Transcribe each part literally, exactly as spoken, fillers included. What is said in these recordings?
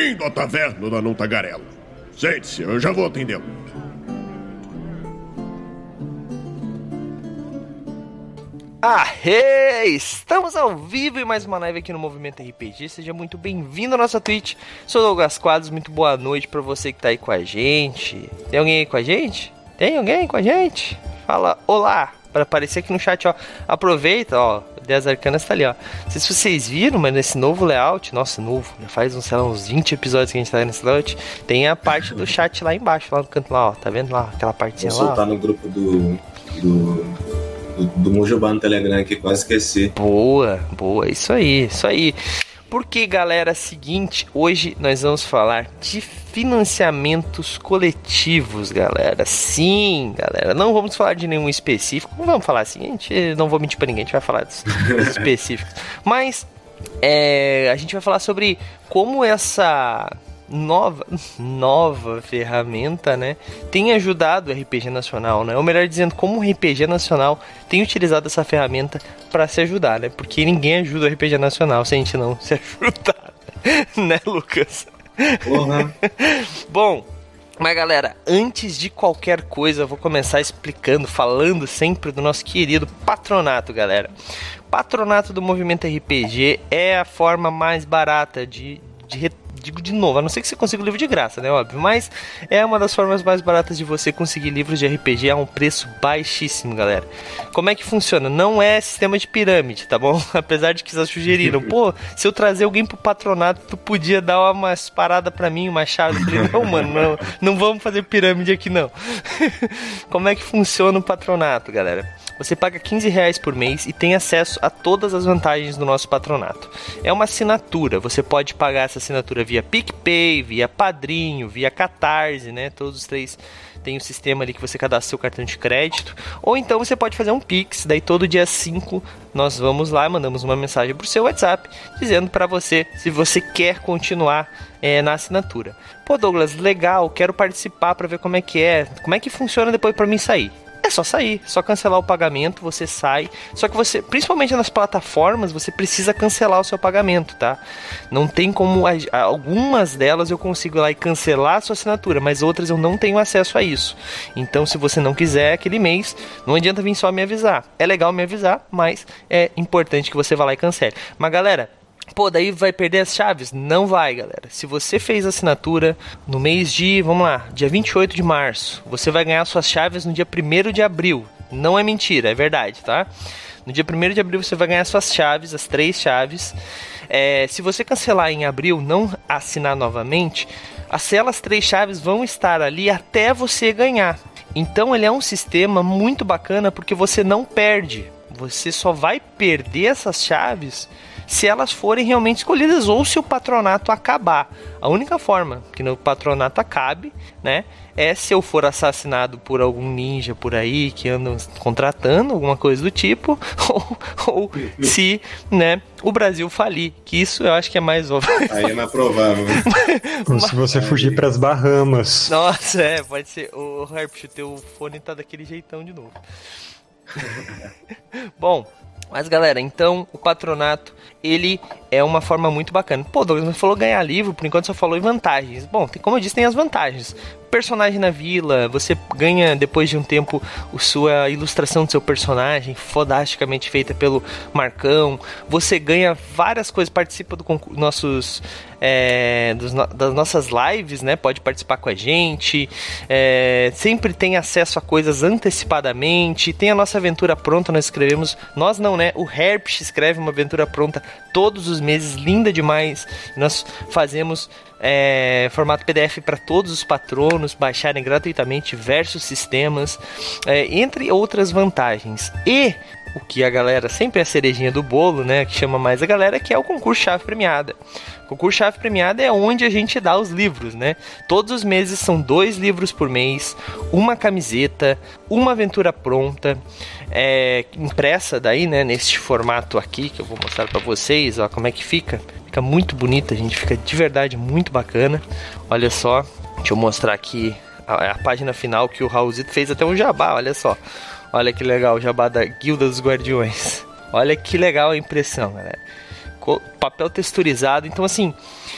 Bem-vindo à taverna da Não Tagarela. Sente-se, eu já vou atendê-lo. Ahê! Estamos ao vivo em mais uma live aqui no Movimento R P G. Seja muito bem-vindo à nossa Twitch. Sou o Douglas Quadros, muito boa noite pra você que tá aí com a gente. Tem alguém aí com a gente? Tem alguém com a gente? Fala olá, para aparecer aqui no chat, ó. Aproveita, ó, o dez Arcanas tá ali, ó. Não sei se vocês viram, mas nesse novo layout, nossa, novo, já faz uns, sei lá, uns vinte episódios que a gente tá nesse layout, tem a parte do chat lá embaixo, lá no canto lá, ó. Tá vendo lá, aquela partezinha lá? Vou soltar no grupo do... do... Do, do Mojubá no Telegram que quase esqueci. Boa, boa, isso aí, isso aí. Porque, galera, seguinte, hoje nós vamos falar de financiamentos coletivos, galera. Sim, galera, não vamos falar de nenhum específico, não vamos falar assim, a gente não vou mentir pra ninguém, a gente vai falar dos, dos específicos. Mas é, a gente vai falar sobre como essa... Nova, nova ferramenta, né, tem ajudado o R P G Nacional, né, ou melhor dizendo, como o R P G Nacional tem utilizado essa ferramenta para se ajudar, né, porque ninguém ajuda o R P G Nacional se a gente não se ajudar, né, Lucas? Uhum. Bom, mas galera, antes de qualquer coisa, eu vou começar explicando, falando sempre do nosso querido patronato, galera. Patronato do Movimento R P G é a forma mais barata de, de retorno. Digo de novo, a não ser que você consiga o livro de graça, né, óbvio, mas é uma das formas mais baratas de você conseguir livros de R P G a um preço baixíssimo, galera. Como é que funciona? Não é sistema de pirâmide, tá bom? Apesar de que vocês sugeriram, pô, se eu trazer alguém pro patronato, tu podia dar umas paradas pra mim, uma chave. Eu falei, não, mano, não, não vamos fazer pirâmide aqui, não. Como é que funciona o patronato, galera? Você paga quinze reais por mês e tem acesso a todas as vantagens do nosso patronato. É uma assinatura, você pode pagar essa assinatura via PicPay, via Padrinho, via Catarse, né? Todos os três tem o sistema ali que você cadastra seu cartão de crédito. Ou então você pode fazer um Pix, daí todo dia cinco nós vamos lá, mandamos uma mensagem pro seu WhatsApp dizendo para você se você quer continuar é, na assinatura. Pô, Douglas, legal, quero participar para ver como é que é, como é que funciona depois para mim sair. É só sair, só cancelar o pagamento, você sai. Só que você, principalmente nas plataformas, você precisa cancelar o seu pagamento, tá? Não tem como, algumas delas eu consigo ir lá e cancelar a sua assinatura, mas outras eu não tenho acesso a isso. Então, se você não quiser aquele mês, não adianta vir só me avisar. É legal me avisar, mas é importante que você vá lá e cancele. Mas galera, pô, daí vai perder as chaves? Não vai, galera. Se você fez a assinatura no mês de, vamos lá, dia vinte e oito de março, você vai ganhar suas chaves no dia primeiro de abril. Não é mentira, é verdade, tá? No dia primeiro de abril você vai ganhar suas chaves, as três chaves. É, se você cancelar em abril, não assinar novamente, aquelas três chaves vão estar ali até você ganhar. Então ele é um sistema muito bacana porque você não perde. Você só vai perder essas chaves se elas forem realmente escolhidas ou se o patronato acabar. A única forma que o patronato acabe, né, é se eu for assassinado por algum ninja por aí que andam contratando, alguma coisa do tipo, ou, ou se, né, o Brasil falir, que isso eu acho que é mais óbvio. Aí é mais provável. Ou se você fugir pras Bahamas. Nossa, é, pode ser. O Herpes, o teu fone tá daquele jeitão de novo. Bom, mas galera, então o patronato, ele é uma forma muito bacana. Pô, Douglas, você falou ganhar livro, por enquanto só falou em vantagens. Bom, tem, como eu disse, tem as vantagens. Personagem na vila, você ganha depois de um tempo a sua ilustração do seu personagem, fodasticamente feita pelo Marcão. Você ganha várias coisas, participa do concurso, nossos, é, dos, das nossas lives, né? Pode participar com a gente. É, sempre tem acesso a coisas antecipadamente. Tem a nossa aventura pronta, nós escrevemos. Nós não, né? O Herpes escreve uma aventura pronta todos os meses, linda demais. Nós fazemos É, formato P D F para todos os patronos baixarem gratuitamente diversos sistemas, é, entre outras vantagens. E o que a galera sempre é a cerejinha do bolo, né, que chama mais a galera, que é o concurso Chave Premiada. O concurso Chave Premiada é onde a gente dá os livros, né? Todos os meses são dois livros por mês, uma camiseta, uma aventura pronta, é, impressa daí, né, neste formato aqui que eu vou mostrar para vocês, ó, como é que fica. Fica muito bonita, gente, fica de verdade muito bacana. Olha só, deixa eu mostrar aqui a, a página final que o Raulzito fez até um jabá, olha só. Olha que legal, o jabá da Guilda dos Guardiões. Olha que legal a impressão, galera. Papel texturizado, então assim,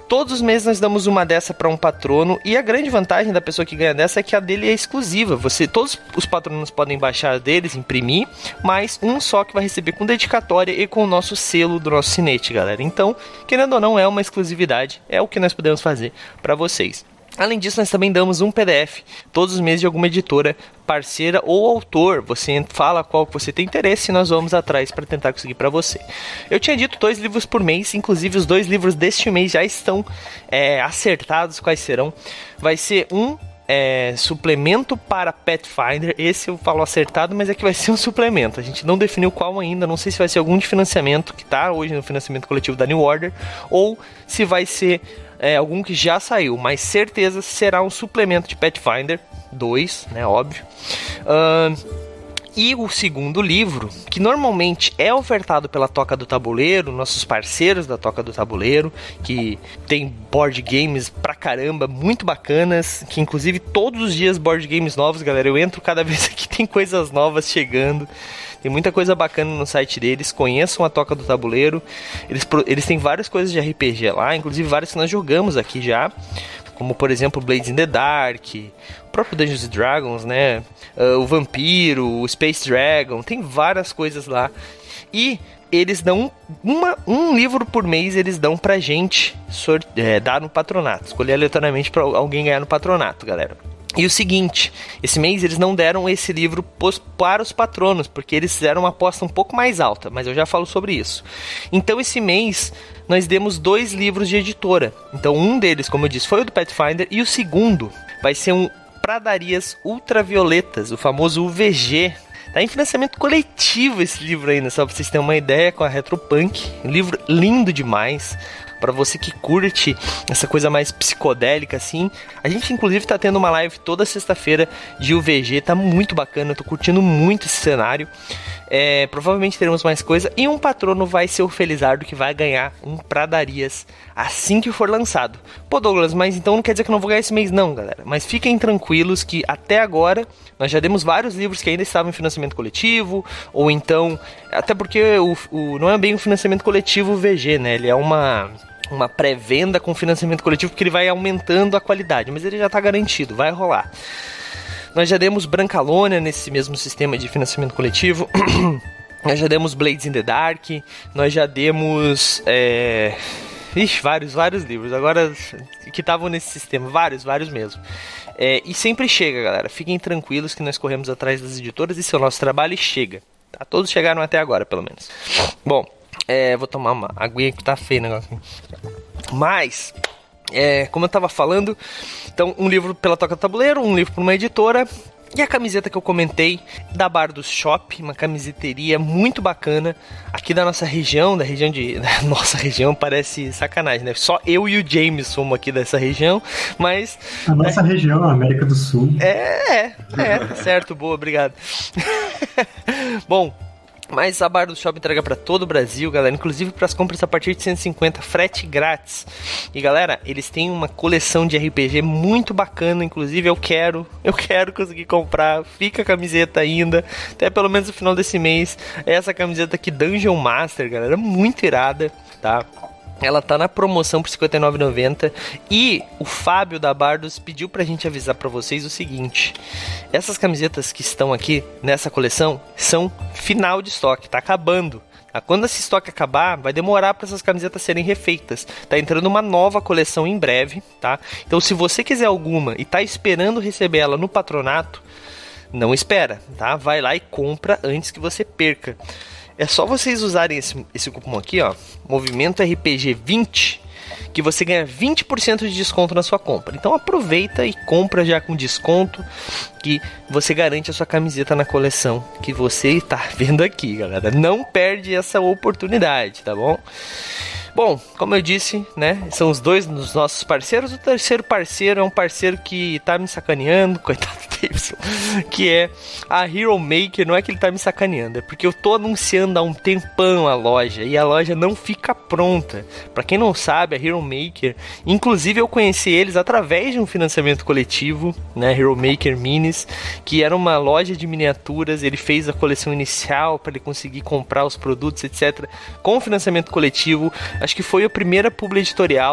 Todos os meses nós damos uma dessa para um patrono, e a grande vantagem da pessoa que ganha dessa é que a dele é exclusiva. Você, todos os patronos podem baixar a deles, imprimir, mas um só que vai receber com dedicatória e com o nosso selo do nosso Cinete, galera. Então, querendo ou não, é uma exclusividade, é o que nós podemos fazer para vocês. Além disso, nós também damos um P D F todos os meses de alguma editora parceira ou autor. Você fala qual que você tem interesse e nós vamos atrás para tentar conseguir para você. Eu tinha dito dois livros por mês, inclusive os dois livros deste mês já estão é, acertados quais serão. Vai ser um é, suplemento para Pathfinder. Esse eu falo acertado, mas é que vai ser um suplemento. A gente não definiu qual ainda, não sei se vai ser algum de financiamento que está hoje no financiamento coletivo da New Order ou se vai ser... É, algum que já saiu, mas certeza será um suplemento de Pathfinder dois, né, óbvio. Uh, e o segundo livro, que normalmente é ofertado pela Toca do Tabuleiro, nossos parceiros da Toca do Tabuleiro, que tem board games pra caramba, muito bacanas, que inclusive todos os dias board games novos, galera, eu entro cada vez que tem coisas novas chegando. Tem muita coisa bacana no site deles. Conheçam a Toca do Tabuleiro. Eles, eles têm várias coisas de R P G lá, inclusive várias que nós jogamos aqui já, como por exemplo Blades in the Dark, o próprio Dungeons and Dragons, né? Uh, o Vampiro, o Space Dragon, tem várias coisas lá. E eles dão uma, um livro por mês, eles dão pra gente sorte- é, dar no patronato, escolher aleatoriamente pra alguém ganhar no patronato, galera. E o seguinte, esse mês eles não deram esse livro para os patronos, porque eles fizeram uma aposta um pouco mais alta, mas eu já falo sobre isso. Então esse mês nós demos dois livros de editora. Então um deles, como eu disse, foi o do Pathfinder, e o segundo vai ser um Pradarias Ultravioletas, o famoso U V G. Tá em financiamento coletivo esse livro ainda, só pra vocês terem uma ideia, com a Retropunk. Um livro lindo demais. Pra você que curte essa coisa mais psicodélica assim. A gente inclusive tá tendo uma live toda sexta-feira de U V G, tá muito bacana, eu tô curtindo muito esse cenário. É, provavelmente teremos mais coisa. E um patrono vai ser o Felizardo, que vai ganhar um Pradarias assim que for lançado. Pô, Douglas, mas então não quer dizer que eu não vou ganhar esse mês não, galera. Mas fiquem tranquilos que até agora nós já demos vários livros que ainda estavam em financiamento coletivo. Ou então, até porque o, o, não é bem um financiamento coletivo V G, né? Ele é uma... uma pré-venda com financiamento coletivo, porque ele vai aumentando a qualidade, mas ele já está garantido, vai rolar. Nós já demos Brancalônia nesse mesmo sistema de financiamento coletivo. Nós já demos Blades in the Dark. Nós já demos é... Ixi, vários, vários livros agora que estavam nesse sistema, vários, vários mesmo. É, e sempre chega, galera, fiquem tranquilos que nós corremos atrás das editoras, esse é o nosso trabalho e chega, tá? Todos chegaram até agora, pelo menos. Bom, É, vou tomar uma aguinha que tá feio o negócio. Mas, é, como eu tava falando, então um livro pela Toca do Tabuleiro, um livro por uma editora. E a camiseta que eu comentei da Bardos Shop, uma camiseteria muito bacana aqui da nossa região, da região de... Da nossa região parece sacanagem, né? Só eu e o James somos aqui dessa região, mas... A nossa é, região, a América do Sul. É, é, é, certo, boa, obrigado. Bom... Mas a Bardos Shop entrega para todo o Brasil, galera, inclusive para as compras a partir de cento e cinquenta, frete grátis. E galera, eles têm uma coleção de R P G muito bacana, inclusive eu quero, eu quero conseguir comprar, fica a camiseta ainda, até pelo menos no final desse mês. Essa camiseta aqui, Dungeon Master, galera, muito irada, tá? Ela tá na promoção por cinquenta e nove reais e noventa centavos. E o Fábio da Bardos pediu pra gente avisar pra vocês o seguinte: essas camisetas que estão aqui nessa coleção são final de estoque, tá acabando. Quando esse estoque acabar, vai demorar para essas camisetas serem refeitas. Tá entrando uma nova coleção em breve, tá? Então se você quiser alguma e tá esperando receber ela no patronato, não espera, tá? Vai lá e compra antes que você perca. É só vocês usarem esse, esse cupom aqui, ó, Movimento R P G vinte, que você ganha vinte por cento de desconto na sua compra. Então aproveita e compra já com desconto, que você garante a sua camiseta na coleção que você está vendo aqui, galera. Não perde essa oportunidade, tá bom? Bom, como eu disse, né, são os dois dos nossos parceiros. O terceiro parceiro é um parceiro que tá me sacaneando, coitado do Davidson, que é a Hero Maker. Não é que ele tá me sacaneando, é porque eu tô anunciando há um tempão a loja e a loja não fica pronta. Pra quem não sabe, a Hero Maker, inclusive eu conheci eles através de um financiamento coletivo, né, Hero Maker Minis, que era uma loja de miniaturas. Ele fez a coleção inicial para ele conseguir comprar os produtos, etcétera, com financiamento coletivo. Acho que foi a primeira publi editorial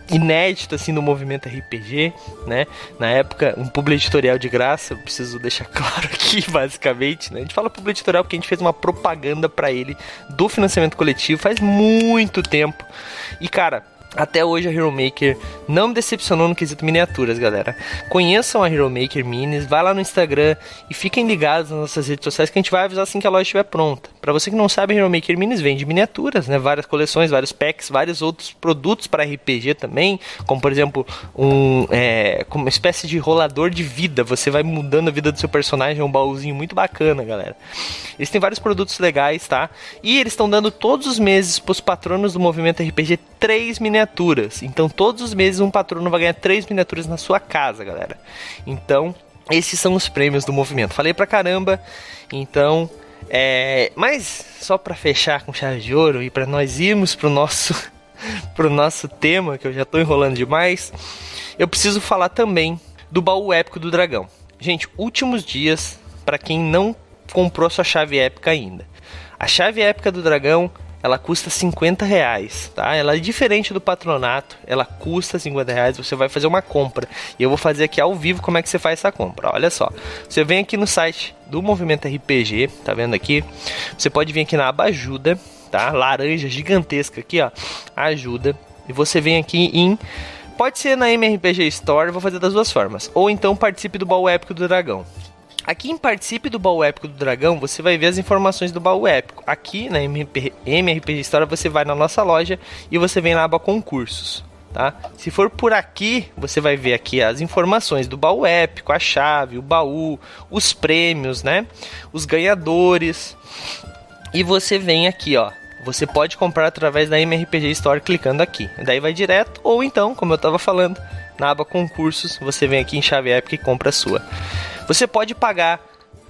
inédito assim no movimento R P G, né? Na época, um publi editorial de graça, eu preciso deixar claro aqui, basicamente, né? A gente fala publi editorial porque a gente fez uma propaganda pra ele do financiamento coletivo faz muito tempo. E cara, até hoje a Hero Maker não me decepcionou no quesito miniaturas, galera. Conheçam a Hero Maker Minis, vai lá no Instagram e fiquem ligados nas nossas redes sociais que a gente vai avisar assim que a loja estiver pronta. Pra você que não sabe, a Hero Maker Minis vende miniaturas, né? Várias coleções, vários packs, vários outros produtos para R P G também, como por exemplo, um, é, como uma espécie de rolador de vida. Você vai mudando a vida do seu personagem, é um baúzinho muito bacana, galera. Eles têm vários produtos legais, tá? E eles estão dando todos os meses pros patronos do movimento R P G três miniaturas. Então todos os meses um patrono vai ganhar três miniaturas na sua casa, galera. Então esses são os prêmios do movimento. Falei pra caramba. Então é... mas só pra fechar com chave de ouro e pra nós irmos pro nosso pro nosso tema, que eu já tô enrolando demais, eu preciso falar também do baú épico do dragão. Gente, últimos dias pra quem não comprou sua chave épica ainda. A chave épica do dragão, ela custa cinquenta reais, tá? Ela é diferente do patronato, ela custa cinquenta reais, você vai fazer uma compra. E eu vou fazer aqui ao vivo como é que você faz essa compra, olha só. Você vem aqui no site do Movimento R P G, tá vendo aqui? Você pode vir aqui na aba ajuda, tá? Laranja gigantesca aqui, ó, ajuda. E você vem aqui em... pode ser na M R P G Store, vou fazer das duas formas. Ou então participe do baú épico do dragão. Aqui em Participe do Baú Épico do Dragão, você vai ver as informações do Baú Épico. Aqui na M R P G Store, você vai na nossa loja e você vem na aba Concursos, tá? Se for por aqui, você vai ver aqui as informações do Baú Épico, a chave, o baú, os prêmios, né? Os ganhadores. E você vem aqui, ó. Você pode comprar através da M R P G Store clicando aqui. Daí vai direto, ou então, como eu estava falando, na aba Concursos, você vem aqui em chave épica e compra a sua. Você pode pagar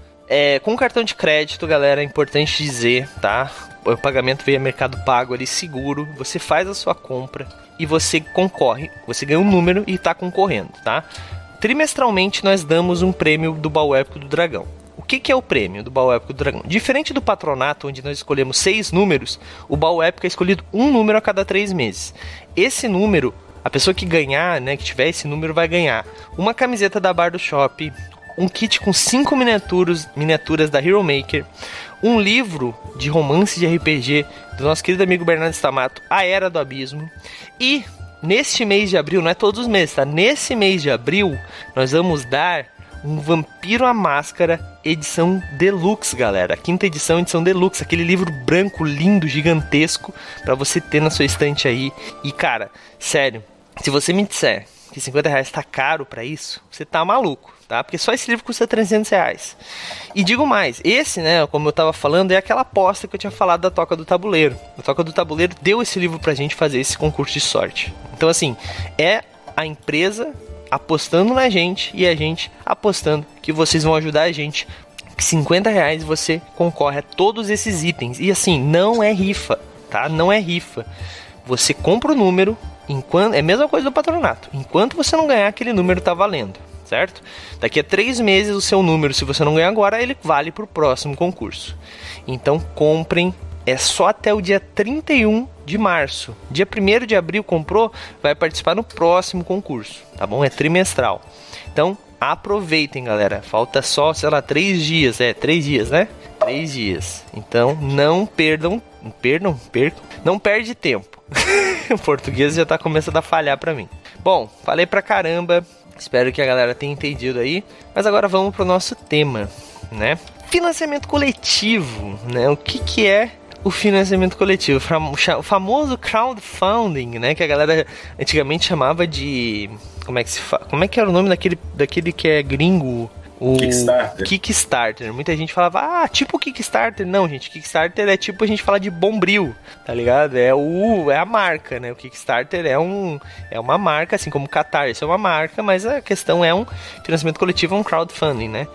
é, com cartão de crédito, galera, é importante dizer, tá? O pagamento via Mercado Pago ali, seguro. Você faz a sua compra e você concorre. Você ganha um número e está concorrendo, tá? Trimestralmente nós damos um prêmio do Baú Épico do Dragão. O que, que é o prêmio do Baú Épico do Dragão? Diferente do patronato, onde nós escolhemos seis números, o Baú Épico é escolhido um número a cada três meses. Esse número, a pessoa que ganhar, né, que tiver esse número, vai ganhar uma camiseta da Bar do Shop, um kit com cinco miniaturas, miniaturas da Hero Maker, um livro de romance de R P G do nosso querido amigo Bernardo Stamato, A Era do Abismo. E neste mês de abril, não é todos os meses, tá? Nesse mês de abril, nós vamos dar um Vampiro à Máscara edição Deluxe, galera. A quinta edição, edição Deluxe, aquele livro branco, lindo, gigantesco, pra você ter na sua estante aí. E cara, sério, se você me disser que cinquenta reais tá caro pra isso, você tá maluco, tá? Porque só esse livro custa trezentos reais. E digo mais, esse, né, como eu tava falando, é aquela aposta que eu tinha falado da Toca do Tabuleiro. A Toca do Tabuleiro deu esse livro pra gente fazer esse concurso de sorte. Então assim, é a empresa apostando na gente e a gente apostando que vocês vão ajudar a gente. cinquenta reais você concorre a todos esses itens. E assim, não é rifa, tá? Não é rifa. Você compra o número, enquanto é a mesma coisa do patronato. Enquanto você não ganhar, aquele número tá valendo, certo? Daqui a três meses o seu número, se você não ganhar agora, ele vale para o próximo concurso. Então comprem, é só até o dia trinta e um de março. Dia primeiro de abril comprou, vai participar no próximo concurso, tá bom? É trimestral. Então aproveitem, galera. Falta só, sei lá, três dias, é, três dias, né? Três dias. Então não perdam, perdam, percam, não perde tempo. O português já tá começando a falhar pra mim. Bom, falei pra caramba. Espero que a galera tenha entendido aí. Mas agora vamos pro nosso tema, né? Financiamento coletivo, né? O que que é o financiamento coletivo? O famoso crowdfunding, né? Que a galera antigamente chamava de... Como é que se fa... Como é que era o nome daquele, daquele que é gringo? O Kickstarter. Kickstarter. Muita gente falava, ah, tipo Kickstarter. Não, gente, Kickstarter é tipo a gente fala de Bombril, tá ligado? É, o, é a marca, né? O Kickstarter é, um, é uma marca, assim como o Catarse é uma marca, mas a questão é um financiamento coletivo, um crowdfunding, né?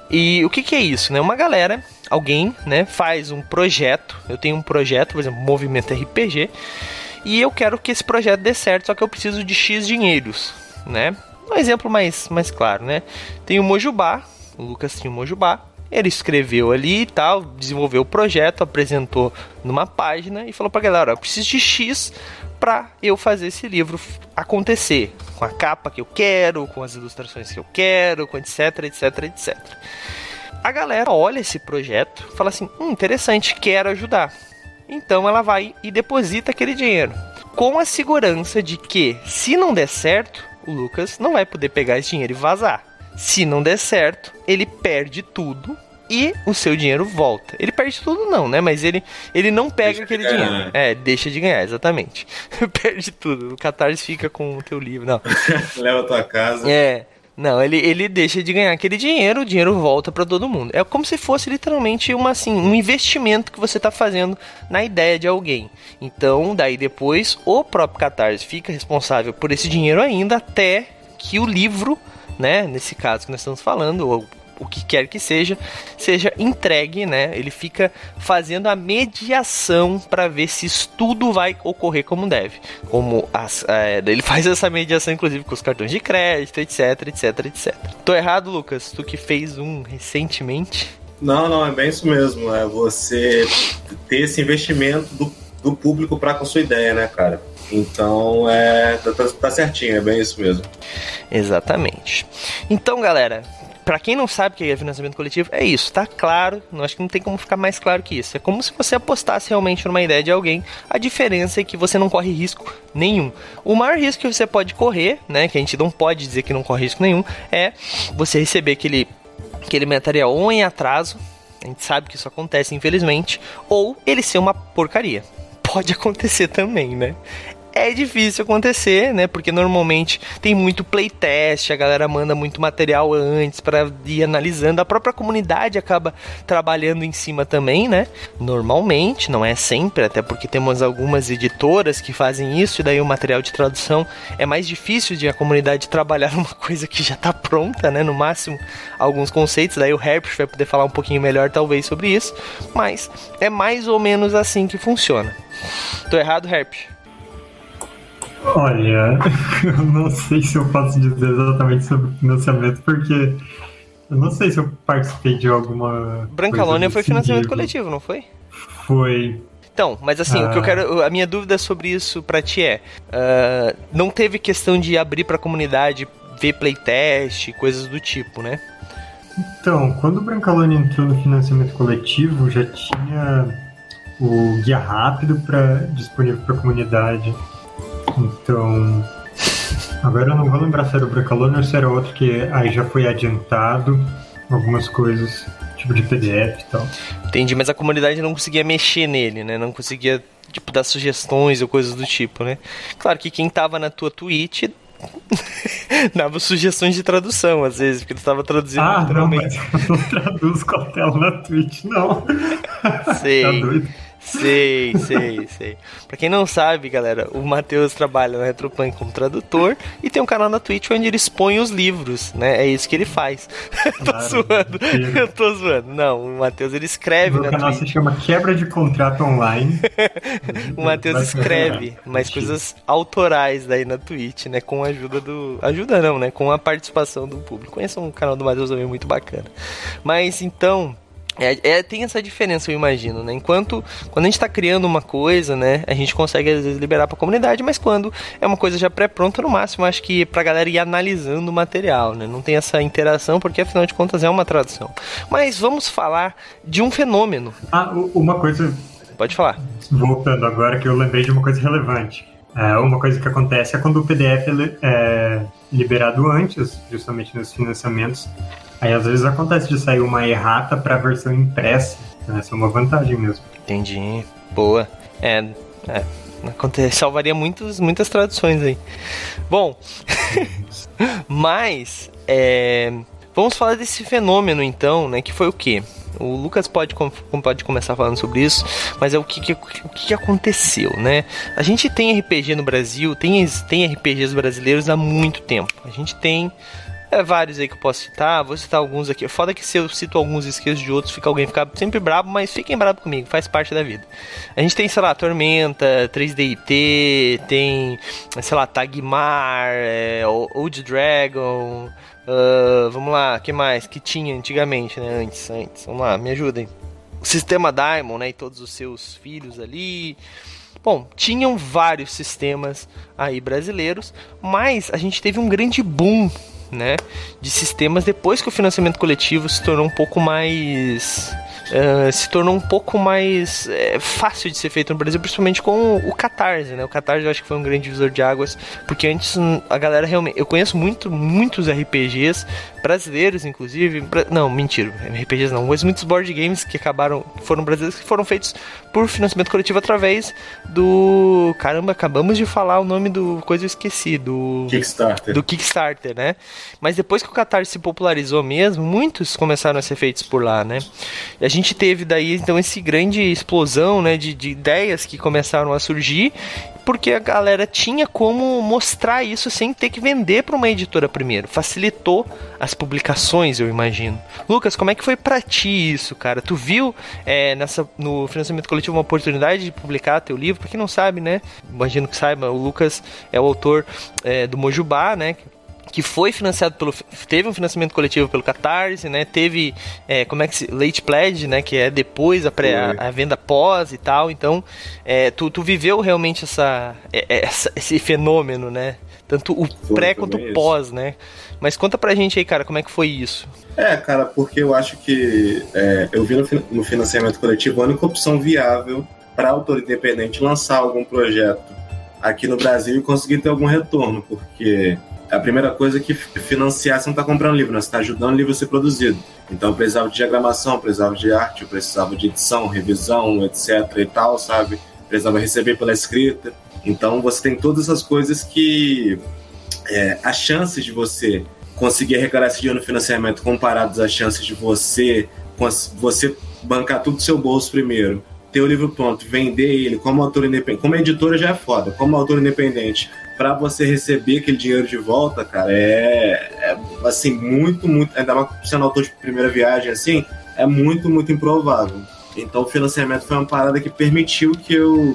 E o que que é isso, né? Uma galera, alguém, né, faz um projeto. Eu tenho um projeto, por exemplo, Movimento R P G, e eu quero que esse projeto dê certo, só que eu preciso de X dinheiros, né? Um exemplo mais, mais claro, né? Tem o Mojubá, o Lucas tinha o Mojubá, ele escreveu ali e tal, desenvolveu o projeto, apresentou numa página e falou pra galera, ó, eu preciso de X pra eu fazer esse livro acontecer. Com a capa que eu quero, com as ilustrações que eu quero, com etc, etc, etcétera. A galera olha esse projeto, fala assim, hum, interessante, quero ajudar. Então ela vai e deposita aquele dinheiro. Com a segurança de que, se não der certo, o Lucas não vai poder pegar esse dinheiro e vazar. Se não der certo, ele perde tudo e o seu dinheiro volta. Ele perde tudo não, né? Mas ele, ele não pega deixa aquele de dinheiro. Né? É, deixa de ganhar, exatamente. Perde tudo. O Catarse fica com o teu livro, não. Leva a tua casa. É. Não, ele, ele deixa de ganhar aquele dinheiro, o dinheiro volta para todo mundo. É como se fosse literalmente uma, assim, um investimento que você está fazendo na ideia de alguém. Então, daí depois, o próprio Catarse fica responsável por esse dinheiro ainda até que o livro, né, nesse caso que nós estamos falando, ou o que quer que seja, seja entregue, né? Ele fica fazendo a mediação para ver se isso tudo vai ocorrer como deve. Como as, é, ele faz essa mediação, inclusive, com os cartões de crédito, etc, etc, etcétera. Tô errado, Lucas? Tu que fez um recentemente? Não, não, é bem isso mesmo. É você ter esse investimento do, do público para com a sua ideia, né, cara? Então, é, tá, tá certinho, é bem isso mesmo. Exatamente. Então, galera, pra quem não sabe o que é financiamento coletivo, é isso, tá claro, não acho que não tem como ficar mais claro que isso. É como se você apostasse realmente numa ideia de alguém, a diferença é que você não corre risco nenhum. O maior risco que você pode correr, né, que a gente não pode dizer que não corre risco nenhum, é você receber aquele, aquele material ou em atraso, a gente sabe que isso acontece infelizmente, ou ele ser uma porcaria. Pode acontecer também, né? É difícil acontecer, né? Porque normalmente tem muito playtest, a galera manda muito material antes para ir analisando. A própria comunidade acaba trabalhando em cima também, né? Normalmente, não é sempre, até porque temos algumas editoras que fazem isso, e daí o material de tradução é mais difícil de a comunidade trabalhar numa coisa que já tá pronta, né? No máximo, alguns conceitos, daí o Herbert vai poder falar um pouquinho melhor talvez sobre isso, mas é mais ou menos assim que funciona. Tô errado, Herbert? Olha, eu não sei se eu posso dizer exatamente sobre financiamento, porque eu não sei se eu participei de alguma... Brancalônia foi financiamento livro. coletivo, não foi? Foi. Então, mas assim, ah. o que eu quero, a minha dúvida sobre isso pra ti é, uh, não teve questão de abrir pra comunidade, ver playtest, coisas do tipo, né? Então, quando o Brancalônia entrou no financiamento coletivo, já tinha o guia rápido pra, disponível pra comunidade. Então, agora eu não vou lembrar se era o Brancalônia ou se era outro que aí já foi adiantado algumas coisas, tipo de P D F e tal. Entendi, mas a comunidade não conseguia mexer nele, né? Não conseguia, tipo, dar sugestões ou coisas do tipo, né? Claro que quem tava na tua Twitch dava sugestões de tradução, às vezes, porque tu tava traduzindo ah, literalmente. Ah, não, mas eu não traduzo com a tela na Twitch, não. Sei. Tá doido? Sei, sei, sei. Pra quem não sabe, galera, o Matheus trabalha no Retropunk como tradutor e tem um canal na Twitch onde ele expõe os livros, né? É isso que ele faz. Tô Claro, zoando, mentira. eu tô zoando. Não, o Matheus ele escreve O na canal Twitch. se chama Quebra de Contrato Online. O Matheus escreve mais coisas autorais daí na Twitch, né? Com a ajuda do... Ajuda não, né? Com a participação do público. Conheçam um canal do Matheus também muito bacana. Mas então... É, é, tem essa diferença, eu imagino, né? Enquanto, quando a gente tá criando uma coisa, né? A gente consegue, às vezes, liberar pra comunidade, mas quando é uma coisa já pré-pronta, no máximo, acho que pra galera ir analisando o material, né? Não tem essa interação, porque, afinal de contas, é uma tradução. Mas vamos falar de um fenômeno. Ah, uma coisa... Pode falar. Voltando agora, que eu lembrei de uma coisa relevante. É, uma coisa que acontece é quando o P D F é liberado antes, justamente nos financiamentos. Aí às vezes acontece de sair uma errata para a versão impressa. Então, essa é uma vantagem mesmo. Entendi. Boa. É, é acontece, salvaria muitos, muitas traduções aí. Bom, mas é, vamos falar desse fenômeno então, né? Que foi o quê? O Lucas pode, pode começar falando sobre isso, mas é o que, que, o que aconteceu, né? A gente tem R P G no Brasil, tem, tem R P Gs brasileiros há muito tempo. A gente tem é, vários aí que eu posso citar, vou citar alguns aqui. Foda que se eu cito alguns e esqueço de outros, fica alguém ficar sempre brabo, mas fiquem brabo comigo, faz parte da vida. A gente tem, sei lá, Tormenta, três D T, tem, sei lá, Tagmar, é, Old Dragon... Uh, vamos lá, o que mais? Que tinha antigamente, né? Antes, antes. Vamos lá, me ajudem. O Sistema Daimon, né? E todos os seus filhos ali. Bom, tinham vários sistemas aí brasileiros, mas a gente teve um grande boom, né, de sistemas depois que o financiamento coletivo se tornou um pouco mais... Uh, se tornou um pouco mais é, fácil de ser feito no Brasil, principalmente com o Catarse, né? O Catarse eu acho que foi um grande divisor de águas, porque antes a galera realmente... Eu conheço muito, muitos R P Gs brasileiros, inclusive... Bra... Não, mentira, R P Gs não. Mas muitos board games que acabaram... Foram brasileiros, que foram feitos por financiamento coletivo através do... Caramba, acabamos de falar o nome do... Coisa eu esqueci, do... Kickstarter. Do Kickstarter, né? Mas depois que o Catarse se popularizou mesmo, muitos começaram a ser feitos por lá, né? E a gente gente teve daí então esse grande explosão, né, de, de ideias que começaram a surgir, porque a galera tinha como mostrar isso sem ter que vender para uma editora primeiro. Facilitou as publicações, eu imagino. Lucas, como é que foi pra ti isso, cara? Tu viu é, nessa, no financiamento coletivo uma oportunidade de publicar teu livro? Pra quem não sabe, né, imagino que saiba, o Lucas é o autor é, do Mojubá, né, que foi financiado pelo... Teve um financiamento coletivo pelo Catarse, né? Teve, é, como é que se... Late Pledge, né? Que é depois a, pré, a, a venda pós e tal. Então, é, tu, tu viveu realmente essa, essa, esse fenômeno, né? Tanto o foi, pré quanto o pós, né? Mas conta pra gente aí, cara, como é que foi isso? É, cara, porque eu acho que é, eu vi no, no financiamento coletivo a única opção viável para autor independente lançar algum projeto aqui no Brasil e conseguir ter algum retorno, porque... A primeira coisa é que financiar, você não está comprando livro, né? Você está ajudando o livro a ser produzido. Então eu precisava de diagramação, precisava de arte, eu precisava de edição, revisão, etc e tal, sabe? Precisava receber pela escrita. Então você tem todas essas coisas que... É, as chances de você conseguir arrecadar esse dinheiro no financiamento comparadas às chances de você, você bancar tudo do seu bolso primeiro, ter o livro pronto, vender ele como autor independente, como editora já é foda, como autor independente, para você receber aquele dinheiro de volta, cara, é, é assim, muito, muito, ainda mais sendo autor de primeira viagem, assim, é muito, muito improvável. Então o financiamento foi uma parada que permitiu que eu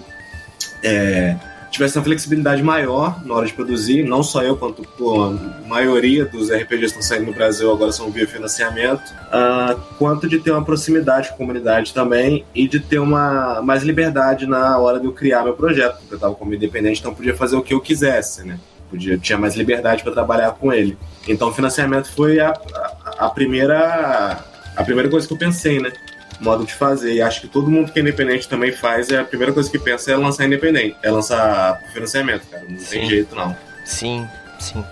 é, tivesse uma flexibilidade maior na hora de produzir, não só eu, quanto pô, a maioria dos R P Gs que estão saindo no Brasil agora são via financiamento, uh, quanto de ter uma proximidade com a comunidade também e de ter uma mais liberdade na hora de eu criar meu projeto, porque eu estava como independente, então eu podia fazer o que eu quisesse, né? Podia, tinha mais liberdade para trabalhar com ele. Então o financiamento foi a, a, a, primeira, a primeira coisa que eu pensei, né? Modo de fazer, e acho que todo mundo que é independente também faz, é a primeira coisa que pensa é lançar independente, é lançar financiamento, cara, não sim. tem jeito não. Sim, sim.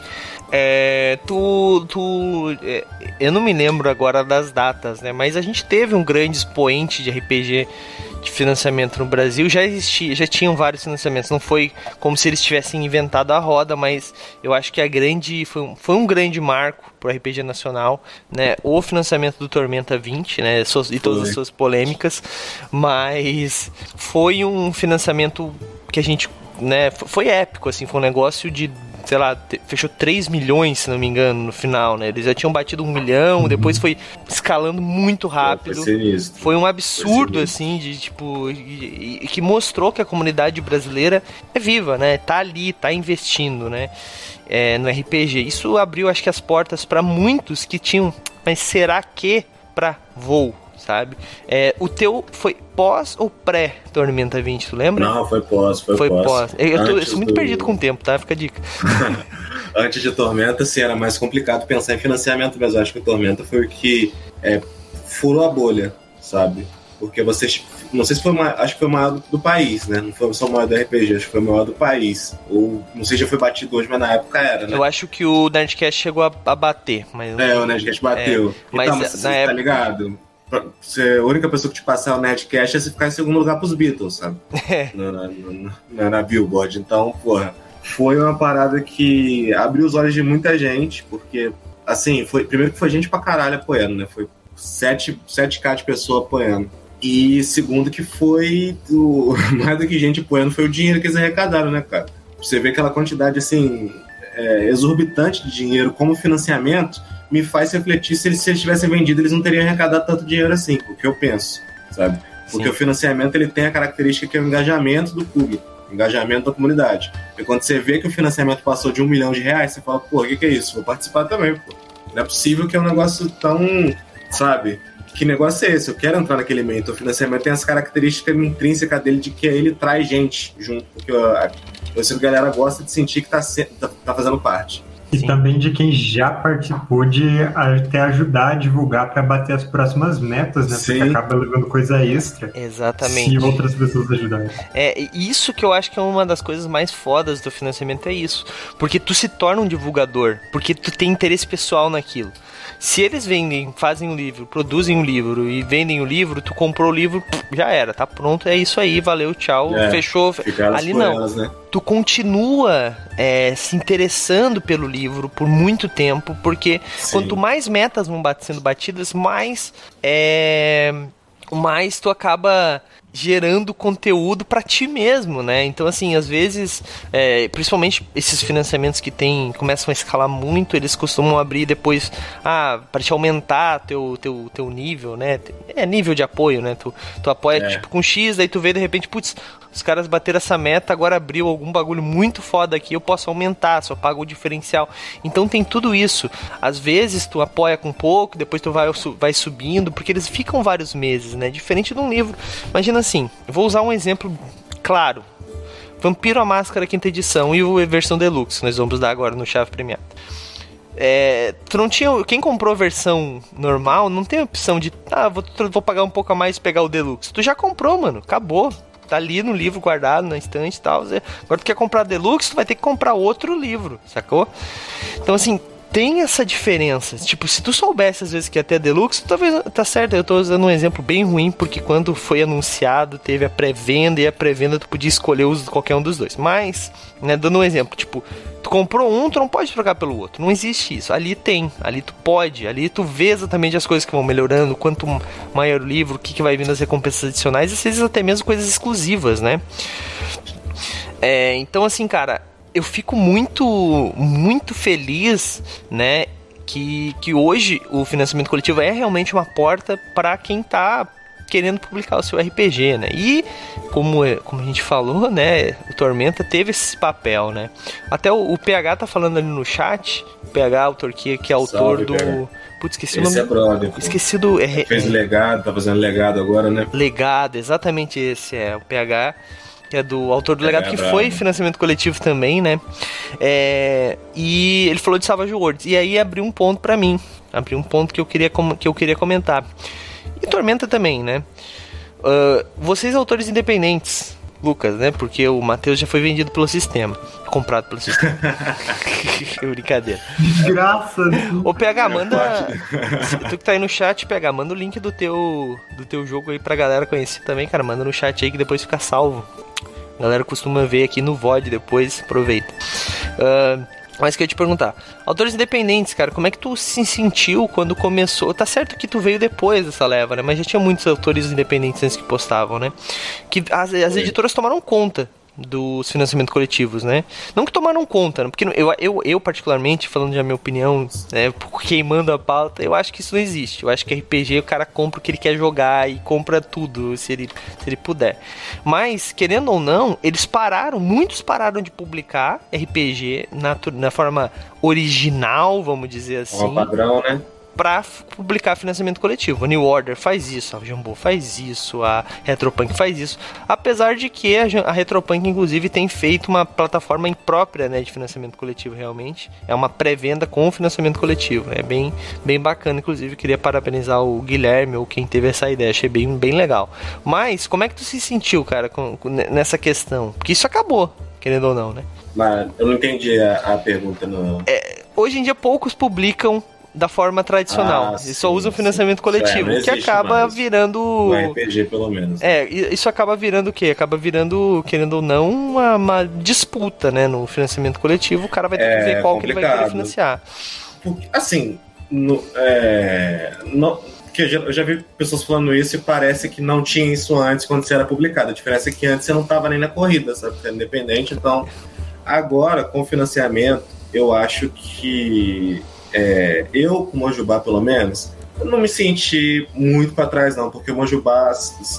É, tu, tu, é, eu não me lembro agora das datas, né, mas a gente teve um grande expoente de R P G de financiamento no Brasil, já existia, já tinham vários financiamentos, não foi como se eles tivessem inventado a roda, mas eu acho que a grande, foi um, foi um grande marco pro R P G nacional, né, o financiamento do Tormenta vinte, né, e todas as suas polêmicas, mas foi um financiamento que a gente, né, foi épico, assim, foi um negócio de, sei lá, fechou três milhões, se não me engano, no final, né? Eles já tinham batido um milhão, uhum. Depois foi escalando muito rápido. Foi, foi um absurdo, foi assim, de tipo... E, e, que mostrou que a comunidade brasileira é viva, né? Tá ali, tá investindo, né? É, no R P G. Isso abriu, acho que, as portas para muitos que tinham... Mas será que pra voo? Sabe? É, o teu foi pós ou pré-Tormenta vinte, tu lembra? Não, foi pós, foi, foi pós. pós. Eu, eu, tô, eu sou muito do... perdido com o tempo, tá? Fica a dica. Antes de Tormenta, sim, era mais complicado pensar em financiamento, mas eu acho que o Tormenta foi o que é, furou a bolha, sabe? Porque vocês, não sei se foi, uma, acho que foi o maior do, do país, né? Não foi só o maior do R P G, acho que foi o maior do país. Ou, não sei se já foi batido hoje, mas na época era, né? Eu acho que o Nerdcast chegou a, a bater, mas... É, o Nerdcast bateu. É, mas então, mas na você época... tá ligado? Você, a única pessoa que te passar o Nerdcast é você ficar em segundo lugar pros Beatles, sabe? É. Na, na, na, na Billboard. Então, porra, foi uma parada que abriu os olhos de muita gente, porque, assim, foi, primeiro que foi gente pra caralho apoiando, né? Foi sete K de pessoa apoiando. E segundo que foi, o, mais do que gente apoiando, foi o dinheiro que eles arrecadaram, né, cara? Você vê aquela quantidade, assim, é, exorbitante de dinheiro como financiamento, me faz refletir se eles, se eles tivessem vendido, eles não teriam arrecadado tanto dinheiro assim, o que eu penso, sabe? Porque Sim. o financiamento, ele tem a característica que é o engajamento do público, o engajamento da comunidade. E quando você vê que o financiamento passou de um milhão de reais, você fala, pô, o que, que é isso? Vou participar também, pô. Não é possível que é um negócio tão, sabe, que negócio é esse? Eu quero entrar naquele meio. Então o financiamento tem as características intrínsecas dele de que ele traz gente junto, porque eu, eu sei que a galera gosta de sentir que tá, tá, tá fazendo parte. E Sim. também de quem já participou de até ajudar a divulgar para bater as próximas metas, né? Sim. Porque acaba levando coisa extra. Exatamente. Se outras pessoas ajudarem. É, isso que eu acho que é uma das coisas mais fodas do financiamento, é isso. Porque tu se torna um divulgador, porque tu tem interesse pessoal naquilo. Se eles vendem, fazem um livro, produzem um livro e vendem o livro, tu comprou o livro, já era, tá pronto, é isso aí, valeu, tchau, é, fechou. Ali não. Elas, né? Tu continua é, se interessando pelo livro por muito tempo, porque Sim. quanto mais metas vão bat- sendo batidas, mais, é, mais tu acaba gerando conteúdo pra ti mesmo, né? Então, assim, às vezes, é, principalmente esses financiamentos que tem, começam a escalar muito, eles costumam abrir depois, ah, pra te aumentar teu, teu, teu nível, né? É nível de apoio, né? Tu, tu apoia, é. tipo, com X, daí tu vê, de repente, putz, os caras bateram essa meta, agora abriu algum bagulho muito foda aqui, eu posso aumentar, só pago o diferencial. Então tem tudo isso. Às vezes tu apoia com pouco, depois tu vai, vai subindo, porque eles ficam vários meses, né? Diferente de um livro. Imagina assim, eu vou usar um exemplo claro. Vampiro a Máscara, quinta edição, e a versão Deluxe, que nós vamos dar agora no Chave Premiada. É, tu não tinha, quem comprou a versão normal não tem a opção de, ah, vou, vou pagar um pouco a mais e pegar o Deluxe. Tu já comprou, mano, acabou. Tá ali no livro guardado na estante e tal. Agora tu quer comprar Deluxe, tu vai ter que comprar outro livro, sacou? Então assim, tem essa diferença. Tipo, se tu soubesse às vezes que ia ter Deluxe, talvez, tá certo, eu tô usando um exemplo bem ruim, porque quando foi anunciado, teve a pré-venda, e a pré-venda tu podia escolher qualquer um dos dois. Mas, né, dando um exemplo, tipo, tu comprou um, tu não pode trocar pelo outro. Não existe isso. Ali tem, ali tu pode, ali tu vê exatamente as coisas que vão melhorando, quanto maior o livro, o que, que vai vindo as recompensas adicionais, e às vezes até mesmo coisas exclusivas, né? É, então assim, cara, eu fico muito, muito feliz, né, que, que hoje o financiamento coletivo é realmente uma porta para quem tá querendo publicar o seu R P G, né? E como, como a gente falou, né, o Tormenta teve esse papel, né? Até o, o P H tá falando ali no chat, o P H, autor que, que é autor Salve, do... P H. Putz, esqueci esse o nome. É brother. Esqueci do... É, fez é, legado, tá fazendo legado agora, né? Legado, exatamente esse é o P H, que é do autor do Legado, é, que bravo. Foi financiamento coletivo também, né? É, e ele falou de Savage Worlds, e aí abriu um ponto pra mim, abriu um ponto que eu queria, que eu queria comentar. E Tormenta também, né? Uh, vocês autores independentes, Lucas, né? Porque o Matheus já foi vendido pelo sistema, comprado pelo sistema. Brincadeira. Desgraça. Ô P H, manda... Tu que tá aí no chat, P H, manda o link do teu, do teu jogo aí pra galera conhecer também, cara. Manda no chat aí que depois fica salvo. A galera costuma ver aqui no V O D depois, aproveita. Uh, mas que eu ia te perguntar, autores independentes, cara, como é que tu se sentiu quando começou? Tá certo que tu veio depois dessa leva, né? Mas já tinha muitos autores independentes antes que postavam, né? Que as, as editoras tomaram conta dos financiamentos coletivos, né? Não que tomaram conta, né? Porque eu, eu, eu particularmente, falando da minha opinião, né, queimando a pauta, eu acho que isso não existe. Eu acho que R P G o cara compra o que ele quer jogar e compra tudo, se ele, se ele puder. Mas, querendo ou não, eles pararam, muitos pararam de publicar R P G na, na forma original, vamos dizer assim. O padrão, né? Pra publicar financiamento coletivo. A New Order faz isso, a Jumbo faz isso, a Retropunk faz isso. Apesar de que a, a Retropunk, inclusive, tem feito uma plataforma imprópria, né, de financiamento coletivo, realmente. É uma pré-venda com financiamento coletivo. É bem, bem bacana, inclusive. Queria parabenizar o Guilherme, ou quem teve essa ideia. Achei bem, bem legal. Mas, como é que tu se sentiu, cara, com, com, nessa questão? Porque isso acabou, querendo ou não, né? Mas eu não entendi a, a pergunta. No... É, hoje em dia, poucos publicam da forma tradicional. Ah, eles sim, só usam financiamento sim. coletivo, é, que acaba mais. virando... No R P G, pelo menos. É, isso acaba virando o quê? Acaba virando, querendo ou não, uma, uma disputa, né? No financiamento coletivo, o cara vai ter é que ver qual complicado. que ele vai querer financiar. Porque, assim, no, é, no, que eu, já, eu já vi pessoas falando isso e parece que não tinha isso antes quando você era publicado. A diferença é que antes você não estava nem na corrida, sabe? Você era independente, então... Agora, com financiamento, eu acho que... É, eu, com o Mojubá, pelo menos, eu não me senti muito para trás, não, porque o Mojubá,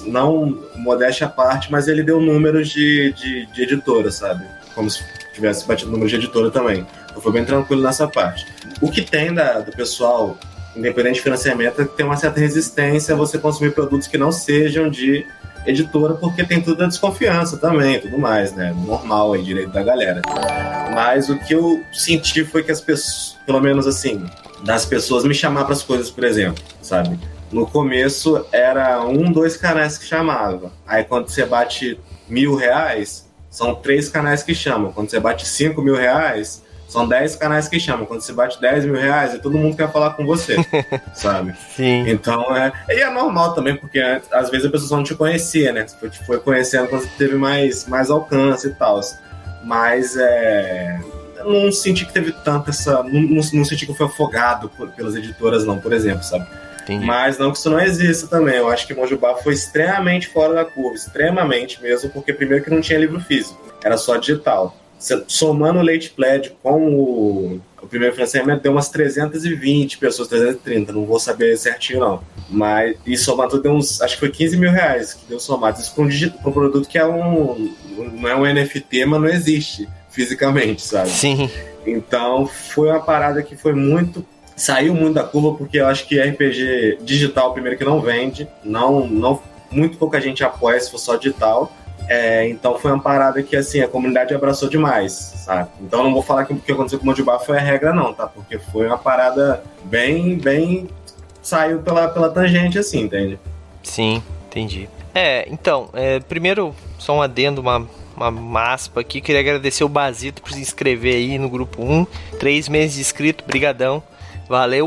não modéstia à parte, mas ele deu números de, de, de editora, sabe? Como se tivesse batido número de editora também. Então foi bem tranquilo nessa parte. O que tem da, do pessoal independente de financiamento, tem uma certa resistência a você consumir produtos que não sejam de editora, porque tem tudo a desconfiança também, tudo mais, né? Normal aí, direito da galera. Mas o que eu senti foi que as pessoas, pelo menos assim, das pessoas me chamar para as coisas, por exemplo, sabe? No começo era um, dois canais que chamavam. Aí quando você bate mil reais, são três canais que chamam. Quando você bate cinco mil reais, são dez canais que chamam. Quando você bate dez mil reais, todo mundo quer falar com você, sabe? Sim. Então, é... E é normal também, porque né, às vezes a pessoa não te conhecia, né? Você foi conhecendo quando você teve mais, mais alcance e tal. Mas, é... eu não senti que teve tanta essa... Não, não, não senti que eu fui afogado por, pelas editoras, não, por exemplo, sabe? Entendi. Mas não que isso não exista também. Eu acho que Mojubá foi extremamente fora da curva. Extremamente mesmo, porque primeiro que não tinha livro físico. Era só digital. Somando o Late Pledge com o, o primeiro financiamento, deu umas trezentas e vinte pessoas, trezentas e trinta, não vou saber certinho não. Mas, e somado deu uns, acho que foi quinze mil reais que deu somado. Isso para um, um produto que é um, não é um N F T, mas não existe fisicamente, sabe? Sim. Então, foi uma parada que foi muito... Saiu muito da curva, porque eu acho que R P G digital, primeiro que não vende, não, não, muito pouca gente apoia se for só digital. É, então foi uma parada que assim, a comunidade abraçou demais, sabe? Então não vou falar que o que aconteceu com o Mojubá foi a regra não, tá? Porque foi uma parada bem, bem... saiu pela, pela tangente assim, entende? Sim, entendi. É, então, é, primeiro, só um adendo, uma, uma, uma aspa aqui, queria agradecer o Basito por se inscrever aí no grupo um, três meses de inscrito, brigadão, valeu.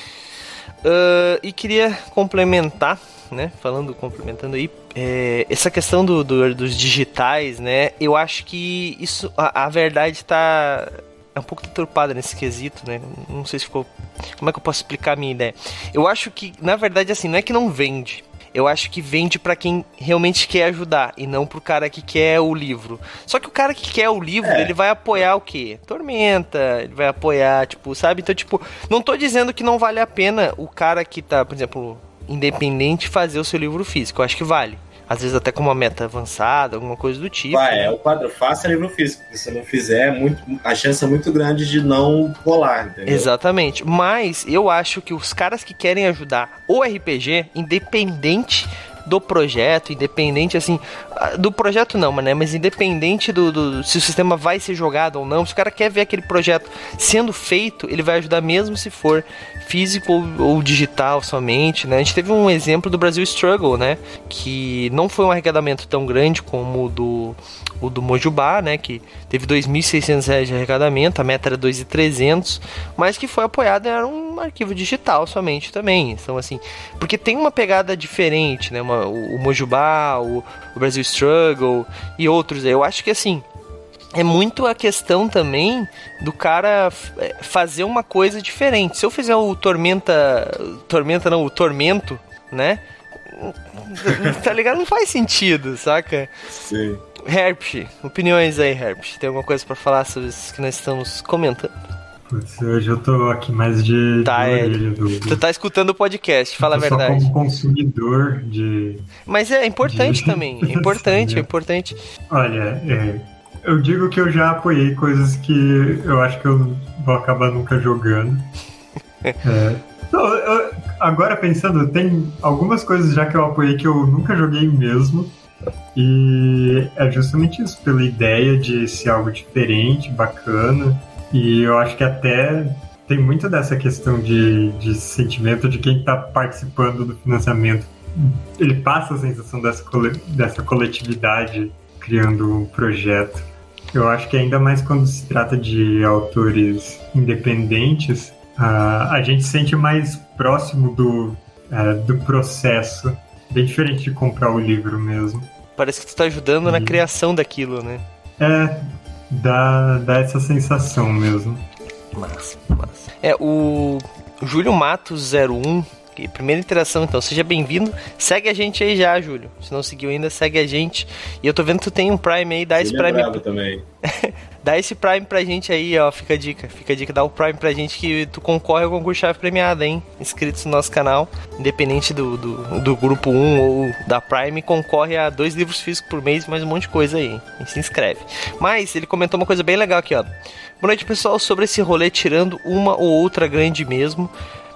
Uh, e queria complementar, né, falando, complementando aí, é, essa questão do, do, dos digitais, né, eu acho que isso, a, a verdade tá é um pouco deturpada nesse quesito, né, não sei se ficou, como é que eu posso explicar a minha ideia? Eu acho que, na verdade, assim, não é que não vende, eu acho que vende pra quem realmente quer ajudar e não pro cara que quer o livro. Só que o cara que quer o livro, é. ele vai apoiar o quê? Tormenta, ele vai apoiar, tipo, sabe? Então, tipo, não tô dizendo que não vale a pena o cara que tá, por exemplo, independente fazer o seu livro físico. Eu acho que vale. Às vezes até com uma meta avançada, alguma coisa do tipo. Vai, é o quadro fácil é livro físico. Se você não fizer, é muito, a chance é muito grande de não rolar, entendeu? Exatamente. Mas eu acho que os caras que querem ajudar o R P G, independente do projeto, independente, assim, do projeto não, né, mas independente do, do se o sistema vai ser jogado ou não, se o cara quer ver aquele projeto sendo feito, ele vai ajudar mesmo se for físico ou, ou digital somente, né. A gente teve um exemplo do Brasil Struggle, né, que não foi um arrecadamento tão grande como o do, o do Mojubá, né, que teve dois mil e seiscentos reais de arrecadamento, a meta era dois mil e trezentos, mas que foi apoiado, era um arquivo digital somente também, então assim, porque tem uma pegada diferente, né, uma, o, o Mojubá, o, o Brasil Struggle e outros, eu acho que assim, é muito a questão também do cara fazer uma coisa diferente. Se eu fizer o Tormenta, Tormenta não, o Tormento, né, tá ligado? Não faz sentido, saca? Sim. Herpes, opiniões aí, Herpes. Tem alguma coisa pra falar sobre isso que nós estamos comentando? Putz, hoje eu tô aqui mais de... Tá, de é. do... Tu tá escutando o podcast, fala a verdade. Só como consumidor de... Mas é importante de... também, é importante, é importante. Olha, é, eu digo que eu já apoiei coisas que eu acho que eu vou acabar nunca jogando. é, não, eu, agora pensando, tem algumas coisas já que eu apoiei que eu nunca joguei mesmo. E é justamente isso, pela ideia de ser algo diferente, bacana. E eu acho que até tem muito dessa questão de, de sentimento de quem está participando do financiamento. Ele passa a sensação dessa, cole, dessa coletividade criando um projeto. Eu acho que ainda mais quando se trata de autores independentes, uh, a gente se sente mais próximo do, uh, do processo, bem diferente de comprar o livro mesmo. Parece que tu tá ajudando e... na criação daquilo, né? É, dá, dá essa sensação mesmo. Massa, massa. É, o Júlio Matos zero um, que primeira interação, então, seja bem-vindo. Segue a gente aí já, Júlio. Se não seguiu ainda, segue a gente. E eu tô vendo que tu tem um Prime aí, dá Ele esse Prime. É também. Dá esse Prime pra gente aí, ó. Fica a dica, fica a dica. Dá o Prime pra gente que tu concorre ao concurso chave premiada, hein? Inscritos no nosso canal, independente do, do, do grupo um ou da Prime, concorre a dois livros físicos por mês, mais um monte de coisa aí. E se inscreve. Mas ele comentou uma coisa bem legal aqui, ó. Boa noite, pessoal. Sobre esse rolê, tirando uma ou outra grande mesmo,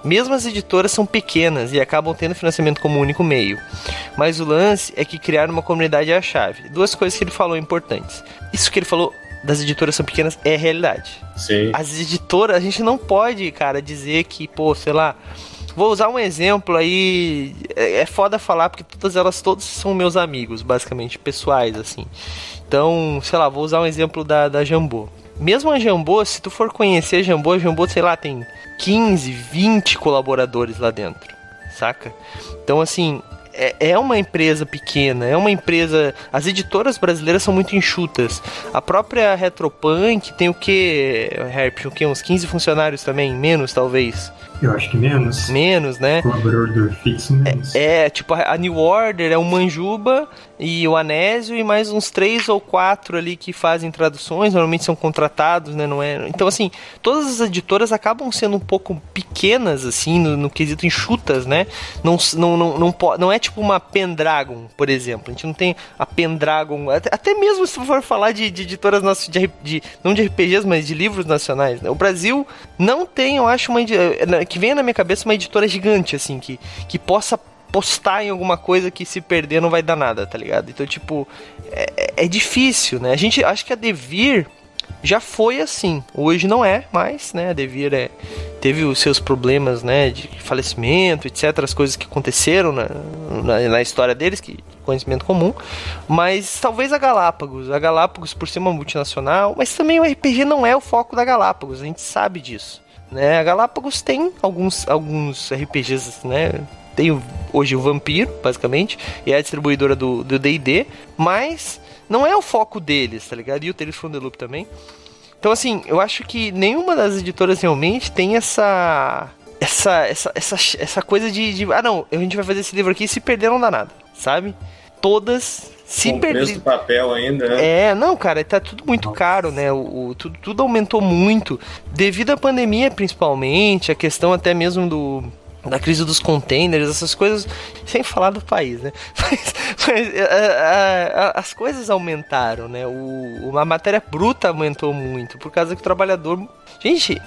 Mesmo as editoras são pequenas e acabam tendo financiamento como único meio. Mas o lance é que criar uma comunidade é a chave. Duas coisas que ele falou importantes. Isso que ele falou das editoras são pequenas é realidade. Sim. As editoras, a gente não pode, cara, dizer que, pô, sei lá... Vou usar um exemplo aí, é foda falar porque todas elas, todos são meus amigos, basicamente, pessoais, assim. Então, sei lá, vou usar um exemplo da, da Jambô. Mesmo a Jambô, se tu for conhecer a Jambô, a Jambô, sei lá, tem quinze, vinte colaboradores lá dentro, saca? Então, assim, é, é uma empresa pequena, é uma empresa... As editoras brasileiras são muito enxutas. A própria Retropunk tem o quê, Herp? O quê? Uns quinze funcionários também? Menos, talvez? Eu acho que menos. Menos, né? Colaborador fixo menos. É, é, tipo, a New Order é o Manjuba e o Anésio e mais uns três ou quatro ali que fazem traduções, normalmente são contratados, né? Não é... Então, assim, todas as editoras acabam sendo um pouco pequenas, assim, no, no quesito enxutas, né? Não, não, não, não, não é tipo uma Pendragon, por exemplo. A gente não tem a Pendragon, até, até mesmo se for falar de, de editoras, de, de, não de R P Gs, mas de livros nacionais, né? O Brasil não tem, eu acho, uma... que venha na minha cabeça uma editora gigante, assim, que, que possa postar em alguma coisa que se perder não vai dar nada, tá ligado? Então, tipo, é, é difícil, né? A gente, acho que a Devir já foi assim, hoje não é mais, né? A Devir é, teve os seus problemas, né, de falecimento, etcétera, as coisas que aconteceram na, na, na história deles, que conhecimento comum, mas talvez a Galápagos, a Galápagos por ser uma multinacional, mas também o R P G não é o foco da Galápagos, a gente sabe disso. Né, a Galápagos tem alguns, alguns R P Gs, né? Tem o, hoje o Vampiro, basicamente, e é a distribuidora do D e D, mas não é o foco deles, tá ligado? E o Tales from the Loop também. Então, assim, eu acho que nenhuma das editoras realmente tem essa essa, essa, essa, essa coisa de, de... Ah, não, a gente vai fazer esse livro aqui e se perder não dá nada, sabe? Todas... Se Com o preço do papel ainda, né? É, não, cara, tá tudo muito caro, né? O, o, tudo, tudo aumentou muito. Devido à pandemia, principalmente, a questão até mesmo do... da crise dos containers, essas coisas, sem falar do país, né? Mas, mas a, a, a, as coisas aumentaram, né? O, a matéria bruta aumentou muito, por causa que o trabalhador... Gente...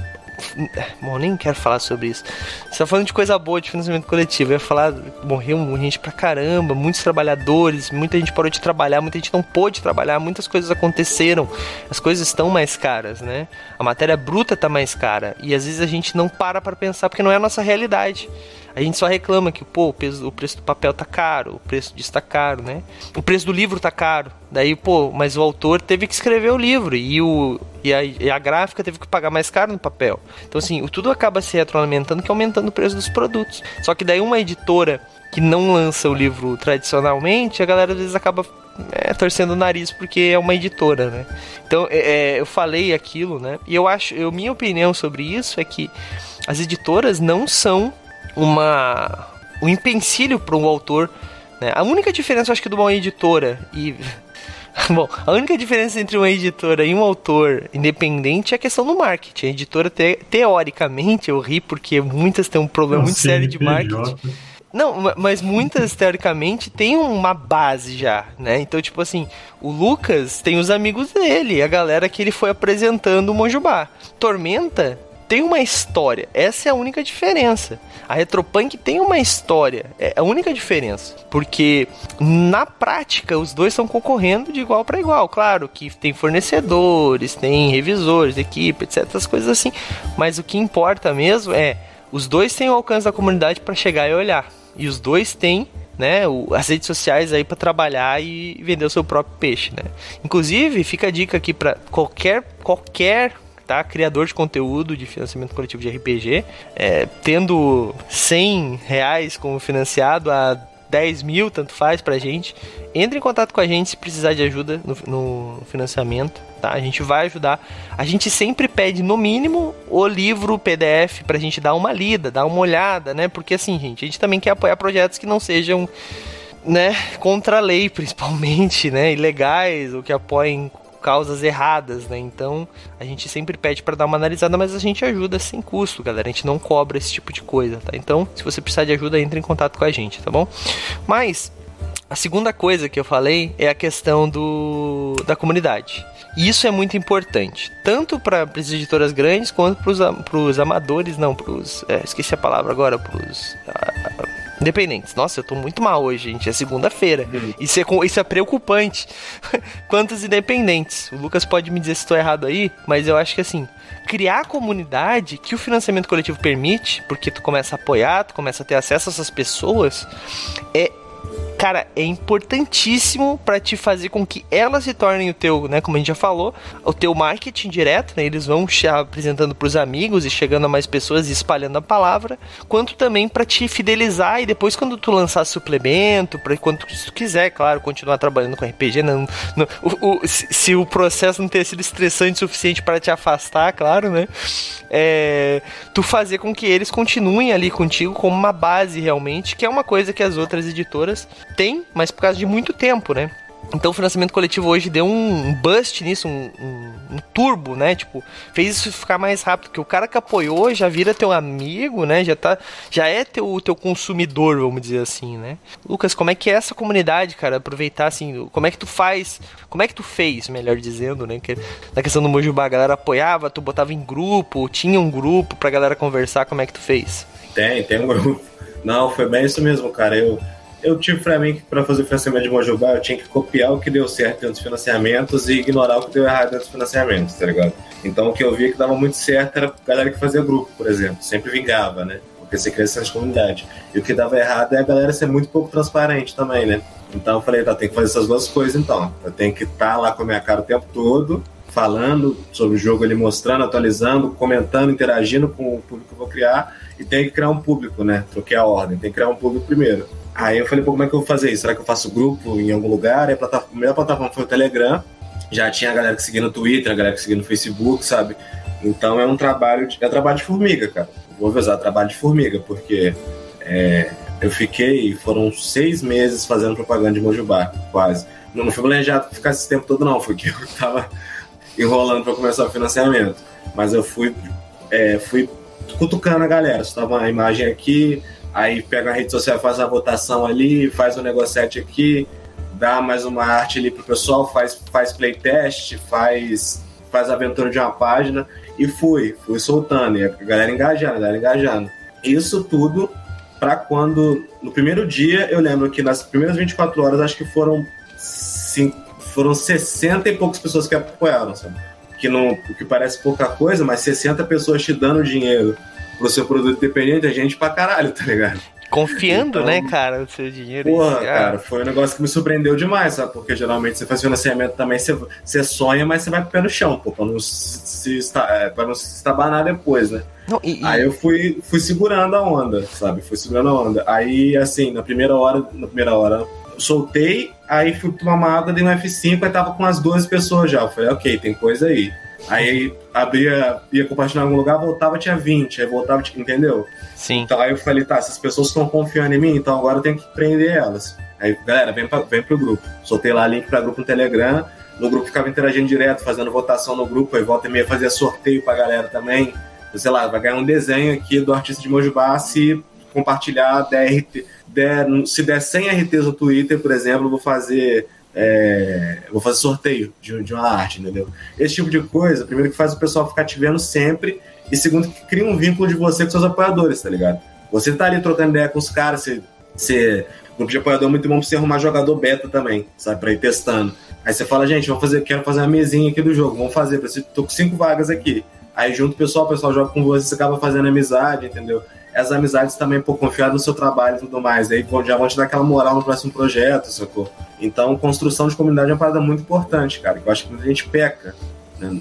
Bom, nem quero falar sobre isso. Você tá falando de coisa boa, de financiamento coletivo. Eu ia falar, morreu gente pra caramba, muitos trabalhadores, muita gente parou de trabalhar, muita gente não pôde trabalhar, muitas coisas aconteceram. As coisas estão mais caras, né? A matéria bruta tá mais cara. E às vezes a gente não para pra pensar, porque não é a nossa realidade. A gente só reclama que, pô, o preço, o preço do papel tá caro, o preço disso tá caro, né? O preço do livro tá caro. Daí, pô, mas o autor teve que escrever o livro e, o, e, a, e a gráfica teve que pagar mais caro no papel. Então, assim, o tudo acaba se retroalimentando, que é aumentando o preço dos produtos. Só que daí uma editora que não lança o livro tradicionalmente, a galera às vezes acaba é, torcendo o nariz porque é uma editora, né? Então, é, eu falei aquilo, né? E eu acho, eu, minha opinião sobre isso é que as editoras não são uma um empecilho para um autor, né? A única diferença, eu acho que, de uma editora e bom, a única diferença entre uma editora e um autor independente é a questão do marketing. A editora, te, teoricamente, eu ri porque muitas têm um problema Não, muito sério de marketing. Não, mas muitas, teoricamente, têm uma base já, né? Então, tipo assim, o Lucas tem os amigos dele, a galera que ele foi apresentando o Monjubá. Tormenta tem uma história, essa é a única diferença. A Retropunk tem uma história, é a única diferença. Porque na prática os dois estão concorrendo de igual para igual. Claro que tem fornecedores, tem revisores, equipe, etcétera. Essas coisas assim. Mas o que importa mesmo é os dois têm o alcance da comunidade para chegar e olhar. E os dois têm, né, o, as redes sociais aí para trabalhar e vender o seu próprio peixe, né? Inclusive, fica a dica aqui para qualquer qualquer tá? Criador de conteúdo de financiamento coletivo de R P G, é, tendo cem reais como financiado a dez mil, tanto faz pra gente. Entre em contato com a gente se precisar de ajuda no, no financiamento, tá? A gente vai ajudar. A gente sempre pede, no mínimo, o livro P D F pra gente dar uma lida, dar uma olhada, né? Porque assim, gente, a gente também quer apoiar projetos que não sejam, né, contra a lei, principalmente, né, ilegais, ou que apoiem causas erradas, né? Então a gente sempre pede para dar uma analisada, mas a gente ajuda sem custo, galera. A gente não cobra esse tipo de coisa, tá? Então, se você precisar de ajuda, entre em contato com a gente, tá bom? Mas a segunda coisa que eu falei é a questão do da comunidade. E isso é muito importante, tanto para as editoras grandes quanto para os amadores, não, para os... É, esqueci a palavra agora, para os... Uh, independentes. Nossa, eu tô muito mal hoje, gente. É segunda-feira. Uhum. Isso, é, isso é preocupante. Quantos independentes? O Lucas pode me dizer se estou errado aí, mas eu acho que assim, criar a comunidade que o financiamento coletivo permite, porque tu começa a apoiar, tu começa a ter acesso a essas pessoas, é... Cara, é importantíssimo pra te fazer com que elas se tornem o teu, né, como a gente já falou, o teu marketing direto, né, eles vão apresentando pros amigos e chegando a mais pessoas e espalhando a palavra, quanto também pra te fidelizar e depois quando tu lançar suplemento, pra quando tu, se tu quiser, claro, continuar trabalhando com R P G, não, não, o, o, se, se o processo não ter sido estressante o suficiente para te afastar, claro, né, é, tu fazer com que eles continuem ali contigo como uma base realmente, que é uma coisa que as outras editoras tem, mas por causa de muito tempo, né? Então o financiamento coletivo hoje deu um bust nisso, um, um, um turbo, né? Tipo, fez isso ficar mais rápido, porque o cara que apoiou já vira teu amigo, né? Já, tá, já é teu, teu consumidor, vamos dizer assim, né? Lucas, como é que é essa comunidade, cara? Aproveitar, assim, como é que tu faz, como é que tu fez, melhor dizendo, né? Que, na questão do Mojubá, a galera apoiava, tu botava em grupo, tinha um grupo pra galera conversar, como é que tu fez? Tem, tem um grupo. Não, foi bem isso mesmo, cara. Eu... Eu tive pra mim que pra fazer o financiamento de Mojubá eu tinha que copiar o que deu certo dentro dos financiamentos e ignorar o que deu errado dentro dos financiamentos, tá ligado? Então o que eu via que dava muito certo era a galera que fazia grupo, por exemplo, sempre vingava, né? Porque você cresce nessa comunidade. E o que dava errado é a galera ser muito pouco transparente também, né? Então eu falei, tá, tem que fazer essas duas coisas então. Eu tenho que estar lá com a minha cara o tempo todo, falando sobre o jogo ali, mostrando, atualizando, comentando, interagindo com o público que eu vou criar, e tem que criar um público, né? Troquei a ordem, tem que criar um público primeiro. Aí eu falei, pô, como é que eu vou fazer isso? Será que eu faço grupo em algum lugar? Aí a, plataforma, a primeira plataforma foi o Telegram, já tinha a galera que seguia no Twitter, a galera que seguia no Facebook, sabe? Então é um trabalho, de, é um trabalho de formiga, cara. Vou avisar, trabalho de formiga, porque é, eu fiquei, foram seis meses fazendo propaganda de Mojubá, quase. Não, não foi planejado ficar esse tempo todo não, foi que eu tava enrolando para começar o financiamento. Mas eu fui, é, fui cutucando a galera, estava a imagem aqui, aí pega a rede social, faz a votação ali, faz um negociante aqui, dá mais uma arte ali pro pessoal, faz, faz playtest, faz, faz a aventura de uma página, e fui, fui soltando, e a galera engajando, a galera engajando. Isso tudo para quando, no primeiro dia, eu lembro que nas primeiras vinte e quatro horas, acho que foram, cinco, foram sessenta e poucas pessoas que apoiaram, sabe? Que, não, que parece pouca coisa, mas sessenta pessoas te dando dinheiro pro seu produto independente, é gente pra caralho, tá ligado? Confiando, então, né, cara, no seu dinheiro. Porra, e, cara, foi um negócio que me surpreendeu demais, sabe? Porque geralmente você faz financiamento também, você, você sonha, mas você vai com o pé no chão, pô, pra não se, se, pra não se estabanar depois, né? Não, e, aí eu fui, fui segurando a onda, sabe? Fui segurando a onda. Aí, assim, na primeira hora, na primeira hora, eu soltei, aí fui tomar uma água, dei um F cinco, aí tava com umas doze pessoas já. Eu falei, ok, tem coisa aí. Aí abria, ia compartilhar em algum lugar, voltava, tinha vinte, aí voltava, entendeu? Sim. Então aí eu falei, tá, essas pessoas estão confiando em mim, então agora eu tenho que prender elas. Aí, galera, vem, pra, vem pro grupo. Soltei lá link pra grupo no Telegram, no grupo ficava interagindo direto, fazendo votação no grupo, aí volta e meia fazia sorteio pra galera também. Sei lá, vai ganhar um desenho aqui do artista de Mojubá se compartilhar dez R T, der, se der cem R Ts no Twitter, por exemplo, eu vou fazer... É, vou fazer sorteio de, de uma arte, entendeu? Esse tipo de coisa, primeiro que faz o pessoal ficar te vendo sempre, e segundo que cria um vínculo de você com seus apoiadores, tá ligado? Você tá ali trocando ideia com os caras, você, você, grupo de apoiador é muito bom pra você arrumar jogador beta também, sabe? Pra ir testando. Aí você fala, gente, vamos fazer, quero fazer uma mesinha aqui do jogo, vamos fazer, tô com cinco vagas aqui. Aí junto o pessoal, o pessoal joga com você, você acaba fazendo amizade, entendeu? As amizades também, pô, confiar no seu trabalho e tudo mais. Aí já vão te dar aquela moral no próximo projeto, sacou? Então, construção de comunidade é uma parada muito importante, cara. Eu acho que muita gente peca, né,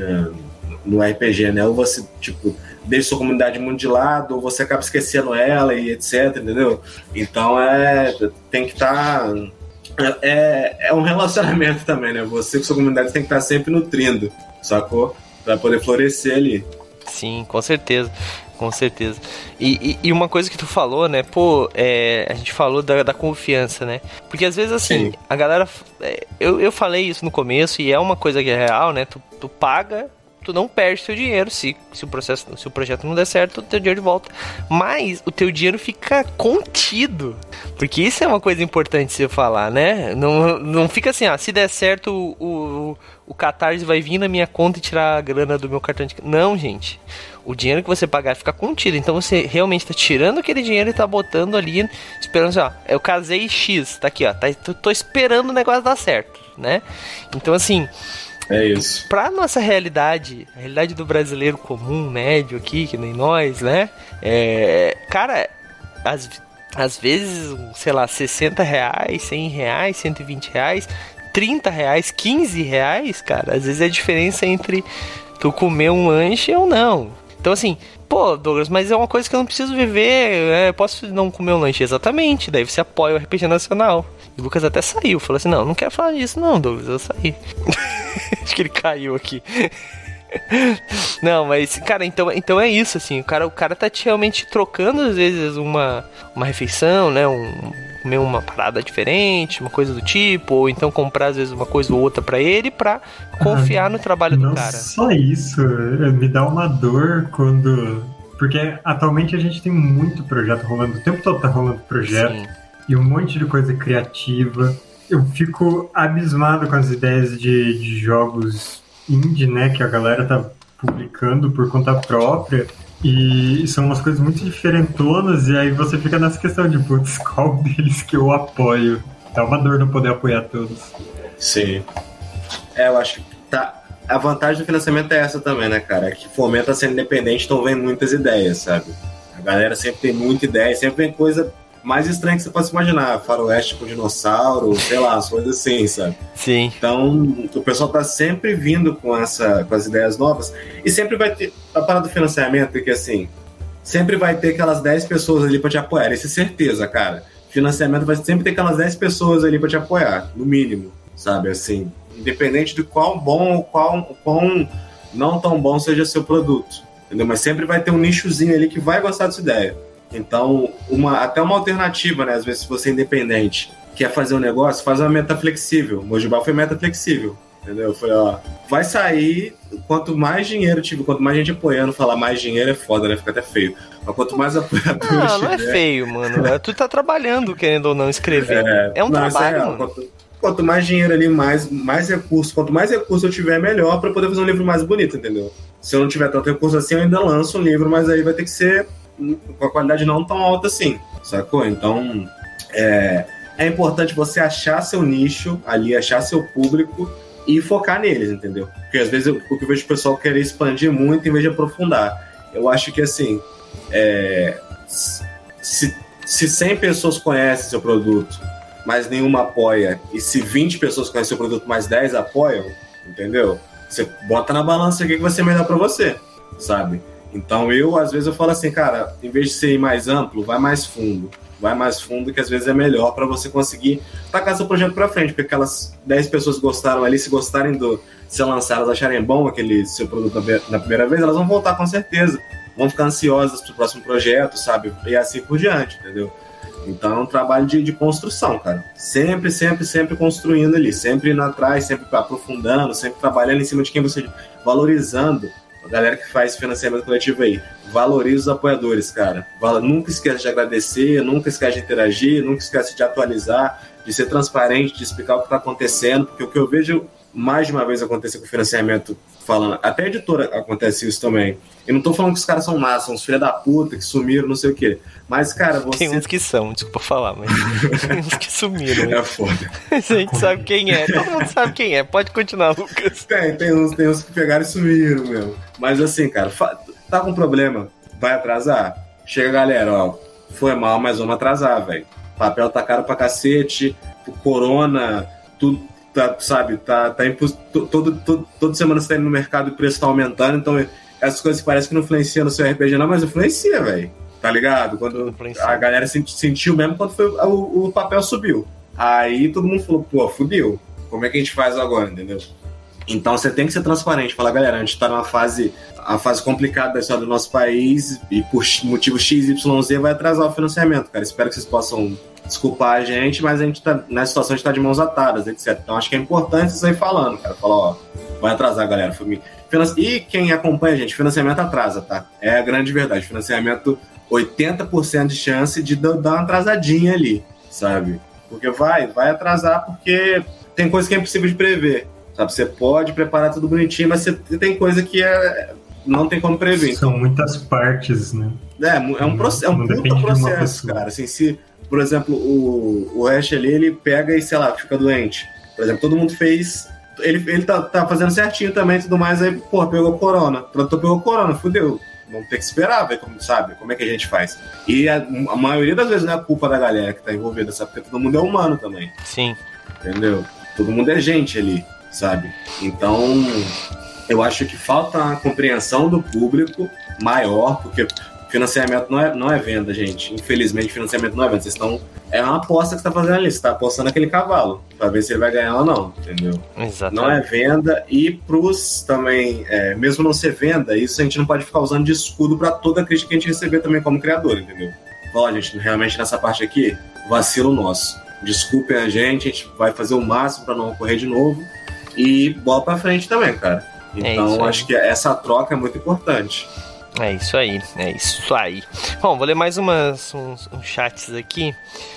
no R P G, né? Ou você, tipo, deixa sua comunidade muito de lado, ou você acaba esquecendo ela e etc, entendeu? Então, é, tem que estar... Tá, é, é um relacionamento também, né? Você com sua comunidade tem que estar sempre nutrindo, sacou? Pra poder florescer ali. Sim, com certeza. Com certeza. E, e, e uma coisa que tu falou, né? Pô, é, a gente falou da, da confiança, né? Porque às vezes, assim, Sim. a galera... É, eu, eu falei isso no começo e é uma coisa que é real, né? Tu, tu paga, tu não perde teu dinheiro, se, se, o processo, se o projeto não der certo, o teu dinheiro volta. Mas o teu dinheiro fica contido, porque isso é uma coisa importante você falar, né? Não, não fica assim, ah, se der certo, o, o, o Catarse vai vir na minha conta e tirar a grana do meu cartão de... Não, gente. O dinheiro que você pagar fica contido. Então você realmente está tirando aquele dinheiro e está botando ali, esperando assim, ó, eu casei X, tá aqui, ó, tá, tô, tô esperando o negócio dar certo, né? Então assim... É isso. Pra nossa realidade, a realidade do brasileiro comum, médio aqui, que nem nós, né? É, cara, às, às vezes, sei lá, sessenta reais, cem reais, cento e vinte reais, trinta reais, quinze reais, cara, às vezes é a diferença entre tu comer um lanche ou não. Então assim, pô, Douglas, mas é uma coisa que eu não preciso viver, né? Eu posso não comer um lanche, exatamente, daí você apoia o R P G Nacional. E o Lucas até saiu, falou assim, não, não quero falar disso não, Douglas, eu saí. Acho que ele caiu aqui. Não, mas, cara, então, então é isso, assim, o cara, o cara tá realmente trocando, às vezes, uma, uma refeição, né, um, comer uma parada diferente, uma coisa do tipo, ou então comprar, às vezes, uma coisa ou outra pra ele, pra confiar ah, no trabalho do cara. Só isso, me dá uma dor quando... Porque atualmente a gente tem muito projeto rolando, o tempo todo tá rolando projeto. Sim. E um monte de coisa criativa. Eu fico abismado com as ideias de, de jogos indie, né? Que a galera tá publicando por conta própria. E são umas coisas muito diferentonas. E aí você fica nessa questão de, putz, qual deles que eu apoio? Dá uma dor não poder apoiar todos. Sim. É, eu acho que tá... A vantagem do financiamento é essa também, né, cara? Que fomenta ser independente, então vem muitas ideias, sabe? A galera sempre tem muita ideia, sempre vem coisa... mais estranho que você possa imaginar, faroeste com dinossauro, sei lá, as coisas assim, sabe? Sim. Então, o pessoal tá sempre vindo com, essa, com as ideias novas, e sempre vai ter, a parada do financiamento é que, assim, sempre vai ter aquelas dez pessoas ali pra te apoiar, isso é certeza, cara. Financiamento vai sempre ter aquelas dez pessoas ali pra te apoiar, no mínimo, sabe, assim, independente de qual bom ou qual, qual não tão bom seja seu produto, entendeu? Mas sempre vai ter um nichozinho ali que vai gostar dessa ideia. Então, uma, até uma alternativa, né? Às vezes, se você é independente, quer fazer um negócio, faz uma meta flexível. O Mojibal foi meta flexível, entendeu? Foi, ó, vai sair, quanto mais dinheiro tiver, quanto mais gente apoiando, falar mais dinheiro é foda, né? Fica até feio. Mas quanto mais apoiadores Não, não tiver, é feio, mano. Tu tá trabalhando, querendo ou não, escrever. É, é um não, trabalho, é mano. Quanto, quanto mais dinheiro ali, mais, mais recurso. Quanto mais recurso eu tiver, melhor pra poder fazer um livro mais bonito, entendeu? Se eu não tiver tanto recurso assim, eu ainda lanço um livro, mas aí vai ter que ser com a qualidade não tão alta assim, sacou? Então, é, é importante você achar seu nicho ali, achar seu público e focar neles, entendeu? Porque às vezes eu, o que eu vejo o pessoal querer expandir muito em vez de aprofundar. Eu acho que assim, é, se, se cem pessoas conhecem seu produto, mas nenhuma apoia, e se vinte pessoas conhecem seu produto, mais dez apoiam, entendeu? Você bota na balança o que vai ser melhor pra você, sabe? Então eu, às vezes, eu falo assim, cara, em vez de ser mais amplo, vai mais fundo. Vai mais fundo, que às vezes é melhor para você conseguir tacar seu projeto para frente, porque aquelas dez pessoas gostaram ali, se gostarem do ser lançado, elas acharem bom aquele seu produto na primeira vez, elas vão voltar com certeza. Vão ficar ansiosas pro próximo projeto, sabe? E assim por diante, entendeu? Então é um trabalho de, de construção, cara. Sempre, sempre, sempre construindo ali, sempre indo atrás, sempre aprofundando, sempre trabalhando em cima de quem você... Valorizando a galera que faz financiamento coletivo aí, valoriza os apoiadores, cara. Nunca esquece de agradecer, nunca esquece de interagir, nunca esquece de atualizar, de ser transparente, de explicar o que está acontecendo, porque o que eu vejo mais de uma vez acontecer com o financiamento, falando, até a editora acontece isso também. Eu não tô falando que os caras são massas, são uns filha da puta que sumiram, não sei o quê. Mas, cara, você... Tem uns que são, desculpa falar, mas tem uns que sumiram. É foda. A gente sabe quem é, todo mundo sabe quem é. Pode continuar, Lucas. Tem, tem uns, tem uns que pegaram e sumiram, mesmo. Mas assim, cara, tá com problema, vai atrasar? Chega, galera, ó, foi mal, mas vamos atrasar, velho. Papel tá caro pra cacete, o corona, tudo... Tá, sabe, tá, tá imposs... todo, todo, toda semana você tá indo no mercado e o preço tá aumentando, então essas coisas que parecem que não influenciam no seu R P G não, mas influencia, velho, tá ligado? Quando a galera sentiu mesmo quando foi, o, o papel subiu, aí todo mundo falou, pô, fudeu, como é que a gente faz agora, entendeu? Então você tem que ser transparente, falar, galera, a gente tá numa fase, a fase complicada da história do nosso país e por motivo X Y Z vai atrasar o financiamento, cara, espero que vocês possam desculpar a gente, mas a gente tá nessa situação, a gente tá de mãos atadas, etcétera. Então acho que é importante isso aí falando, cara. Falar, ó, vai atrasar, galera. E quem acompanha a gente, financiamento atrasa, tá? É a grande verdade. Financiamento, oitenta por cento de chance de dar uma atrasadinha ali, sabe? Porque vai, vai atrasar porque tem coisa que é impossível de prever, sabe? Você pode preparar tudo bonitinho, mas você tem coisa que é, não tem como prever. São muitas partes, né? É, é um, processo, é um puta processo, cara. Assim, se, por exemplo, o, o Ash ali, ele pega e, sei lá, fica doente. Por exemplo, todo mundo fez... Ele, ele tá, tá fazendo certinho também e tudo mais, aí, porra, pegou corona. Pronto, pegou corona, fudeu. Vamos ter que esperar, ver como, sabe, como é que a gente faz. E a, a maioria das vezes não é culpa da galera que tá envolvida, sabe? Porque todo mundo é humano também. Sim. Entendeu? Todo mundo é gente ali, sabe? Então, eu acho que falta uma compreensão do público maior, porque financiamento não é, não é venda, gente. Infelizmente, financiamento não é venda. Vocês estão... É uma aposta que você tá fazendo ali. Você tá apostando aquele cavalo pra ver se ele vai ganhar ou não, entendeu? Exatamente. Não é venda. E pros também, é, mesmo não ser venda, isso a gente não pode ficar usando de escudo pra toda a crítica que a gente receber também como criador, entendeu? Ó, gente, realmente nessa parte aqui, vacilo nosso. Desculpem a gente, a gente vai fazer o máximo pra não ocorrer de novo. E bola pra frente também, cara. Então, é acho que essa troca é muito importante. É isso aí, é isso aí. Bom, vou ler mais umas, uns, uns chats aqui.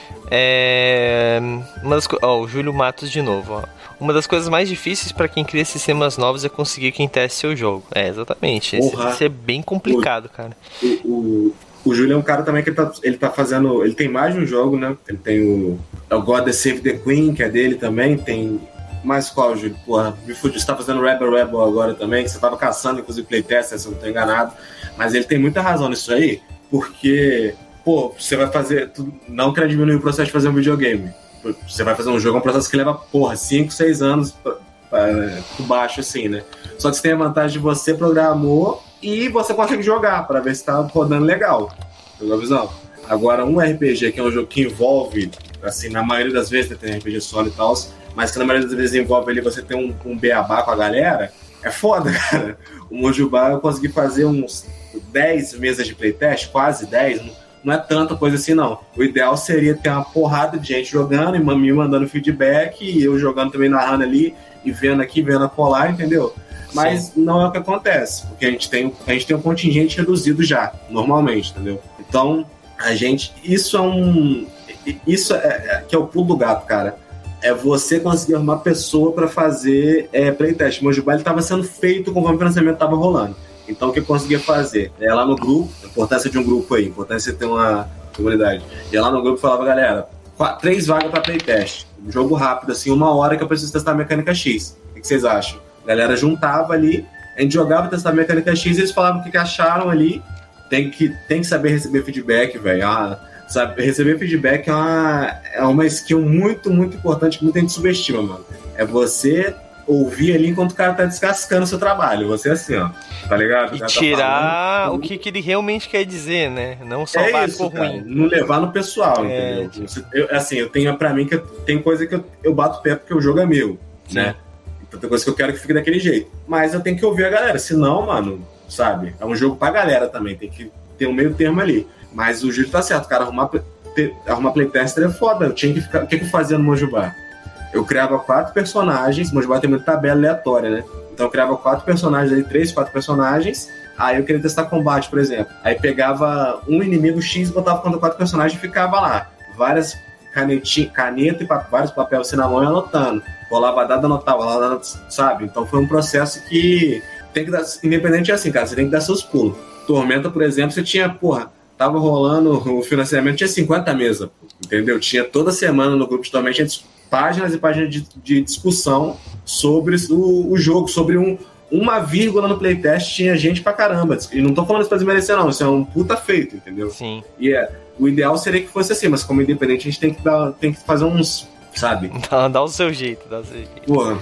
É, uma das, ó, o Júlio Matos de novo. Ó. Uma das coisas mais difíceis para quem cria sistemas novos é conseguir quem teste seu jogo. É, exatamente. Isso, isso é bem complicado, o, cara. O, o, o Júlio é um cara também que ele tá, ele tá fazendo... Ele tem mais de um jogo, né? Ele tem o, o God Save the Queen, que é dele também. Tem... Mais qual, Júlio? Porra, me fudiu. Você tá fazendo Rebel Rebel agora também, que você tava caçando, inclusive, playtester, se eu não tô enganado. Mas ele tem muita razão nisso aí, porque, pô, você vai fazer... Tu não quer diminuir o processo de fazer um videogame. Você vai fazer um jogo, é um processo que leva, porra, cinco, seis anos pra, pra, por baixo, assim, né? Só que você tem a vantagem de você programou e você consegue jogar pra ver se tá rodando legal. Pegou a visão? Agora, um R P G, que é um jogo que envolve, assim, na maioria das vezes, né, tem R P G solo e tal, mas que na maioria das vezes envolve ali você ter um, um beabá com a galera, é foda, cara. O Mojubá eu consegui fazer uns dez mesas de playtest, quase dez, não, não é tanta coisa assim, não. O ideal seria ter uma porrada de gente jogando e me mandando feedback, e eu jogando também, narrando ali, e vendo aqui, vendo acolá, entendeu? Mas Sim. não é o que acontece, porque a gente, tem, a gente tem um contingente reduzido já, normalmente, entendeu? Então, a gente... Isso é um... Isso é, é que é o pulo do gato, cara. É você conseguir arrumar pessoa para fazer é, playtest. O Mojubá estava sendo feito conforme o financiamento estava rolando. Então, o que eu conseguia fazer? É lá no grupo, a importância de um grupo aí, a importância de ter uma comunidade. Ia lá no grupo e falava, galera, quatro, três vagas para playtest. Um jogo rápido, assim, uma hora que eu preciso testar a mecânica X. O que vocês acham? A galera juntava ali, a gente jogava, testava a mecânica X e eles falavam o que, que acharam ali. Tem que, tem que saber receber feedback, velho. Ah, sabe, receber feedback é uma, é uma skill muito, muito importante que muita gente subestima, mano. É você ouvir ali enquanto o cara tá descascando o seu trabalho. Você assim, ó, tá ligado? E tá tirar falando, o que, que ele realmente quer dizer, né? Não só é vai isso, por cara, ruim. não levar no pessoal, é, entendeu? Tipo... Eu, assim, eu tenho pra mim que eu, tem coisa que eu, eu bato o pé porque o jogo é meu, Sim. né? Então tem coisa que eu quero que fique daquele jeito. Mas eu tenho que ouvir a galera, senão, mano, sabe? É um jogo pra galera também, tem que ter um meio termo ali. Mas o Júlio tá certo, cara, arrumar, ter, arrumar playtester é foda. Eu tinha que ficar... O que, que eu fazia no Mojubá? Eu criava quatro personagens, o Mojubá tem muita tabela aleatória, né? Então eu criava quatro personagens aí, três, quatro personagens. Aí eu queria testar combate, por exemplo. Aí pegava um inimigo X, botava contra quatro personagens e ficava lá. Várias canetinhas, caneta e pa- vários papéis assim na mão e anotando. Rolava dado, anotava, lá, sabe? Então foi um processo que tem que dar, independente é assim, cara, você tem que dar seus pulos. Tormenta, por exemplo, você tinha, porra, tava rolando o financiamento, tinha cinquenta mesas, entendeu? Tinha toda semana no grupo de Tormenta, tinha páginas e páginas de, de discussão sobre o, o jogo, sobre um, uma vírgula no playtest, tinha gente pra caramba. E não tô falando isso pra desmerecer, não, isso é um puta feito, entendeu? Sim. E é, o ideal seria que fosse assim, mas como independente a gente tem que, dar, tem que fazer uns, sabe? Dá, dá o seu jeito, dá o seu jeito. Porra.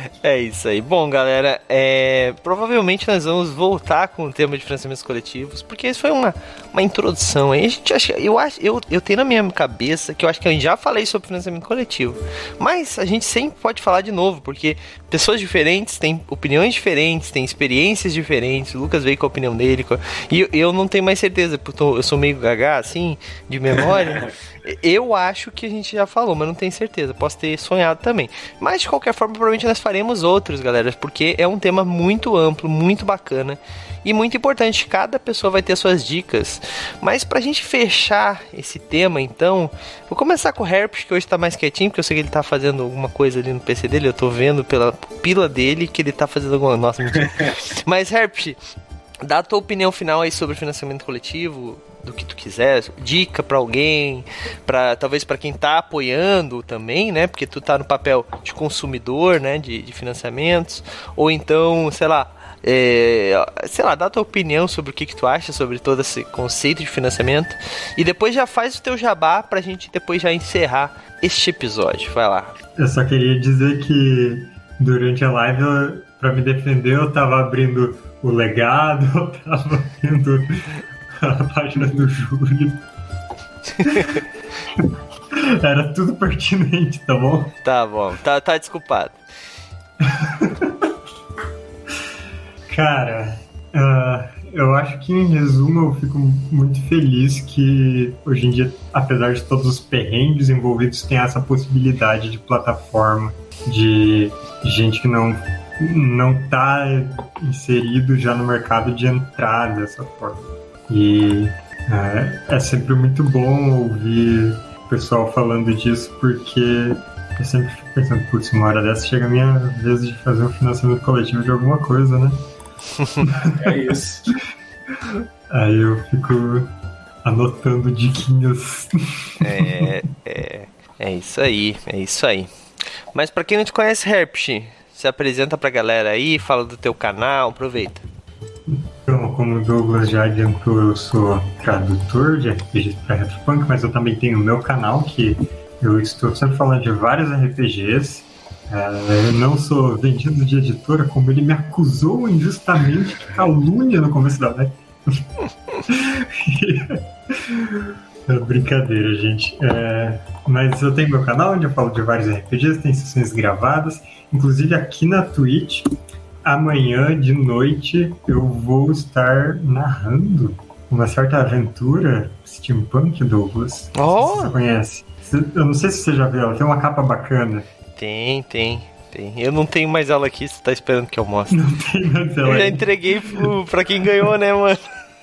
É isso aí. Bom, galera, é... provavelmente nós vamos voltar com o tema de financiamentos coletivos, porque isso foi uma, uma introdução aí. A gente acha, eu, acho, eu, eu tenho na minha cabeça que eu acho que eu já falei sobre financiamento coletivo. Mas a gente sempre pode falar de novo, porque pessoas diferentes têm opiniões diferentes, têm experiências diferentes. O Lucas veio com a opinião dele. Com... E eu, eu não tenho mais certeza, porque eu sou meio gaga, assim, de memória. Eu acho que a gente já falou, mas não tenho certeza. Posso ter sonhado também. Mas, de qualquer forma, provavelmente nós faremos outros, galera, porque é um tema muito amplo, muito bacana e muito importante. Cada pessoa vai ter suas dicas. Mas pra gente fechar esse tema, então, vou começar com o Herpes, que hoje tá mais quietinho, porque eu sei que ele tá fazendo alguma coisa ali no P C dele. Eu tô vendo pela pupila dele que ele tá fazendo alguma... Nossa, mentira. Mas, Herpes, dá a tua opinião final aí sobre financiamento coletivo, do que tu quiser, dica pra alguém, pra, talvez pra quem tá apoiando também, né, porque tu tá no papel de consumidor, né, de, de financiamentos, ou então, sei lá, é, sei lá, dá a tua opinião sobre o que, que tu acha sobre todo esse conceito de financiamento, e depois já faz o teu jabá pra gente depois já encerrar este episódio, vai lá. Eu só queria dizer que durante a live, eu, pra me defender, eu tava abrindo o legado, eu tava abrindo a página do Júlio. Era tudo pertinente, tá bom? Tá bom, tá, tá desculpado. Cara, uh, eu acho que em resumo eu fico muito feliz que hoje em dia, apesar de todos os perrengues envolvidos, tem essa possibilidade de plataforma, de gente que não, não tá inserido já no mercado de entrar dessa forma. E é, é sempre muito bom ouvir o pessoal falando disso, porque eu sempre fico pensando, putz, uma hora dessa chega a minha vez de fazer um financiamento coletivo de alguma coisa, né? É isso. Aí eu fico anotando diquinhas. É, é, é isso aí, é isso aí. Mas pra quem não te conhece, Herpes, se apresenta pra galera aí, fala do teu canal, aproveita. Então, como o Douglas já adiantou, eu sou tradutor de R P Gs para Retropunk, mas eu também tenho o meu canal, que eu estou sempre falando de vários R P Gs. É, eu não sou vendido de editora, como ele me acusou injustamente de calúnia no começo da live. É brincadeira, gente. É, mas eu tenho meu canal onde eu falo de vários R P Gs, tem sessões gravadas, inclusive aqui na Twitch. Amanhã de noite eu vou estar narrando uma certa aventura steampunk, Douglas. Oh. Não sei se você conhece. Eu não sei se você já viu, ela tem uma capa bacana. Tem, tem, tem. Eu não tenho mais ela aqui, você tá esperando que eu mostre. Não tem mais ela. Eu já entreguei pro, pra quem ganhou, né, mano?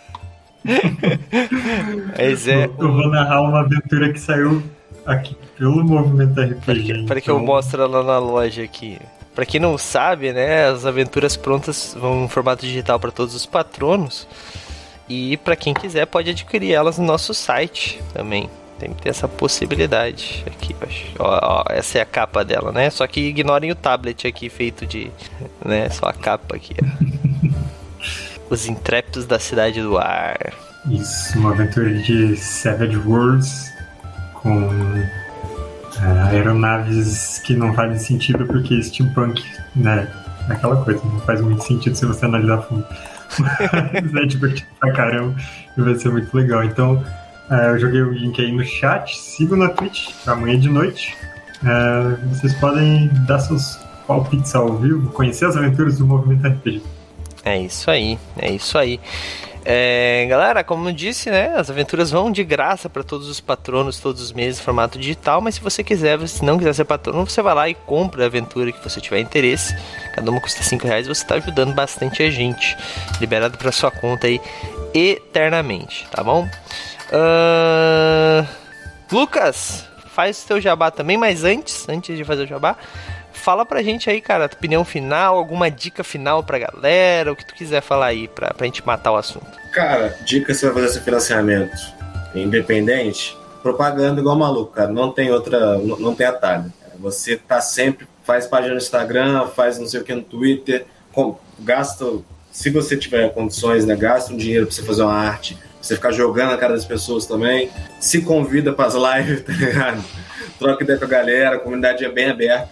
Mas é. Eu, eu vou narrar uma aventura que saiu aqui pelo Movimento R P G. Para que, então... que eu mostre ela na loja aqui. Pra quem não sabe, né, as aventuras prontas vão em formato digital para todos os patronos. E pra quem quiser pode adquirir elas no nosso site também. Tem que ter essa possibilidade aqui, ó, ó, essa é a capa dela, né? Só que ignorem o tablet aqui feito de, né, só a capa aqui, ó. Os intrépidos da Cidade do Ar. Isso, uma aventura de Savage Worlds com uh, aeronaves que não fazem sentido porque steampunk, né? É aquela coisa, não faz muito sentido se você analisar fundo. Mas é divertido pra caramba e vai ser muito legal. Então, uh, eu joguei o link aí no chat, sigam na Twitch, amanhã de noite. Uh, vocês podem dar seus palpites ao vivo, conhecer as aventuras do Movimento R P G. É isso aí, é isso aí. É, galera, como eu disse, né, as aventuras vão de graça para todos os patronos todos os meses em formato digital, mas se você quiser, se não quiser ser patrono, você vai lá e compra a aventura que você tiver interesse. Cada uma custa cinco reais, você está ajudando bastante a gente. Liberado para sua conta aí eternamente, tá bom? Uh... Lucas, faz o teu jabá também, mas antes, antes de fazer o jabá, fala pra gente aí, cara, a tua opinião final, alguma dica final pra galera, o que tu quiser falar aí pra, pra gente matar o assunto. Cara, dica se vai fazer esse financiamento independente, propaganda igual maluco, cara, não tem outra, não, não tem atalho. Você tá sempre, faz página no Instagram, faz não sei o que no Twitter, com, gasta, se você tiver condições, né, gasta um dinheiro pra você fazer uma arte, pra você ficar jogando na cara das pessoas também, se convida pras lives, tá ligado? Troca ideia com a galera, a comunidade é bem aberta.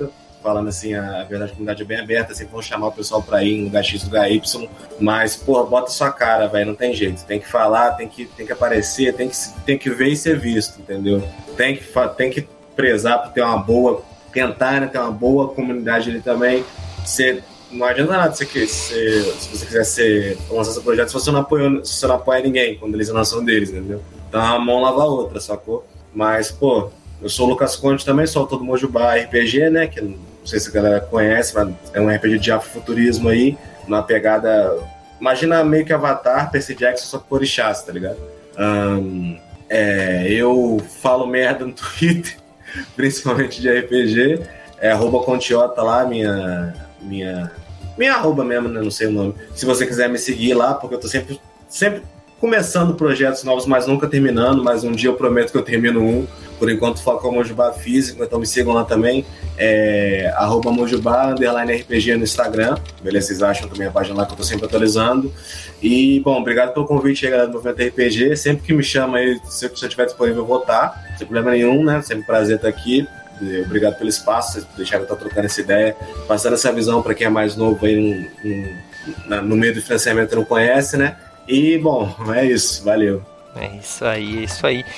falando assim, a verdade, a comunidade é bem aberta, sempre vão chamar o pessoal pra ir em lugar X, lugar Y, mas, porra, bota sua cara, velho, não tem jeito, tem que falar, tem que, tem que aparecer, tem que, tem que ver e ser visto, entendeu? Tem que, tem que prezar por ter uma boa, tentar, né, ter uma boa comunidade ali também, ser... Não adianta nada você, você, se você quiser ser, lançar seu projeto se você, não apoia, se você não apoia ninguém quando eles lançam deles, entendeu? Então a mão lava a outra, sacou? Mas, pô, eu sou o Lucas Conde também, sou autor do Mojubá R P G, né? Que não sei se a galera conhece, mas é um R P G de afrofuturismo aí, numa pegada... Imagina meio que Avatar, Percy Jackson, só que por orixás, tá ligado? Um, é, eu falo merda no Twitter, principalmente de R P G, é arroba Contiota lá, minha... minha Minha arroba mesmo, né? Não sei o nome. Se você quiser me seguir lá, porque eu tô sempre, sempre começando projetos novos, mas nunca terminando. Mas um dia eu prometo que eu termino um. Por enquanto, foco no Mojubá físico, então me sigam lá também. É, arroba Mojubá, underline R P G no Instagram. Beleza? Vocês acham também a página lá que eu tô sempre atualizando. E, bom, obrigado pelo convite aí, galera do Movimento R P G. Sempre que me chama aí, se eu estiver disponível, eu vou estar. Sem problema nenhum, né? Sempre um prazer estar aqui. Obrigado pelo espaço, vocês deixaram eu estar trocando essa ideia, passando essa visão para quem é mais novo aí no, no, no meio do financiamento e não conhece, né? E, bom, é isso, valeu. É isso aí, é isso aí.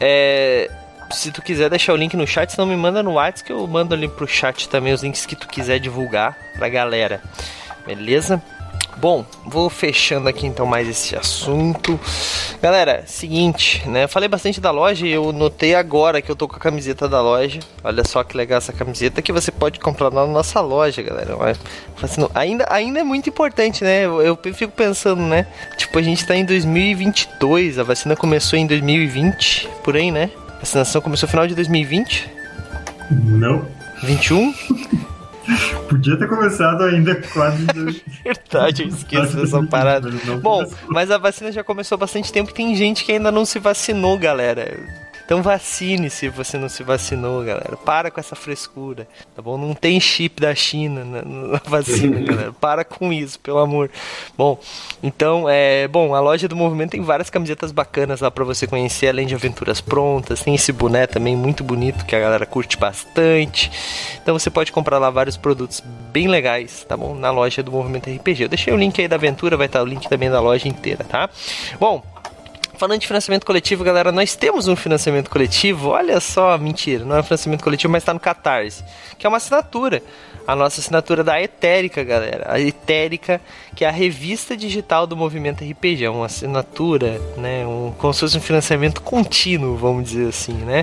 É, se tu quiser deixar o link no chat, senão me manda no WhatsApp que eu mando ali pro chat também os links que tu quiser divulgar pra galera, beleza? Bom, vou fechando aqui então mais esse assunto. Galera, seguinte, né? Falei bastante da loja e eu notei agora que eu tô com a camiseta da loja. Olha só que legal essa camiseta que você pode comprar na nossa loja, galera. Assim, ainda, ainda é muito importante, né? Eu, eu fico pensando, né? Tipo, a gente tá em dois mil e vinte e dois, a vacina começou em dois mil e vinte, por aí, né? A vacinação começou no final de dois mil e vinte? Não. vinte e um? Podia ter começado ainda quase... Verdade, eu esqueço dessa parada. Bom, mas a vacina já começou há bastante tempo e tem gente que ainda não se vacinou, galera. Então vacine se você não se vacinou, galera. Para com essa frescura, tá bom? Não tem chip da China na, na vacina, galera. Para com isso, pelo amor. Bom, então, é... Bom, a loja do Movimento tem várias camisetas bacanas lá pra você conhecer, além de aventuras prontas. Tem esse boné também muito bonito que a galera curte bastante. Então você pode comprar lá vários produtos bem legais, tá bom? Na loja do Movimento R P G. Eu deixei o link aí da aventura, vai estar o link também da loja inteira, tá? Bom... Falando de financiamento coletivo, galera, nós temos um financiamento coletivo, olha só, mentira, não é um financiamento coletivo, mas está no Catarse, que é uma assinatura, a nossa assinatura da Etérica, galera, a Etérica, que é a revista digital do Movimento R P G, é uma assinatura, né, um, como se fosse um financiamento contínuo, vamos dizer assim, né,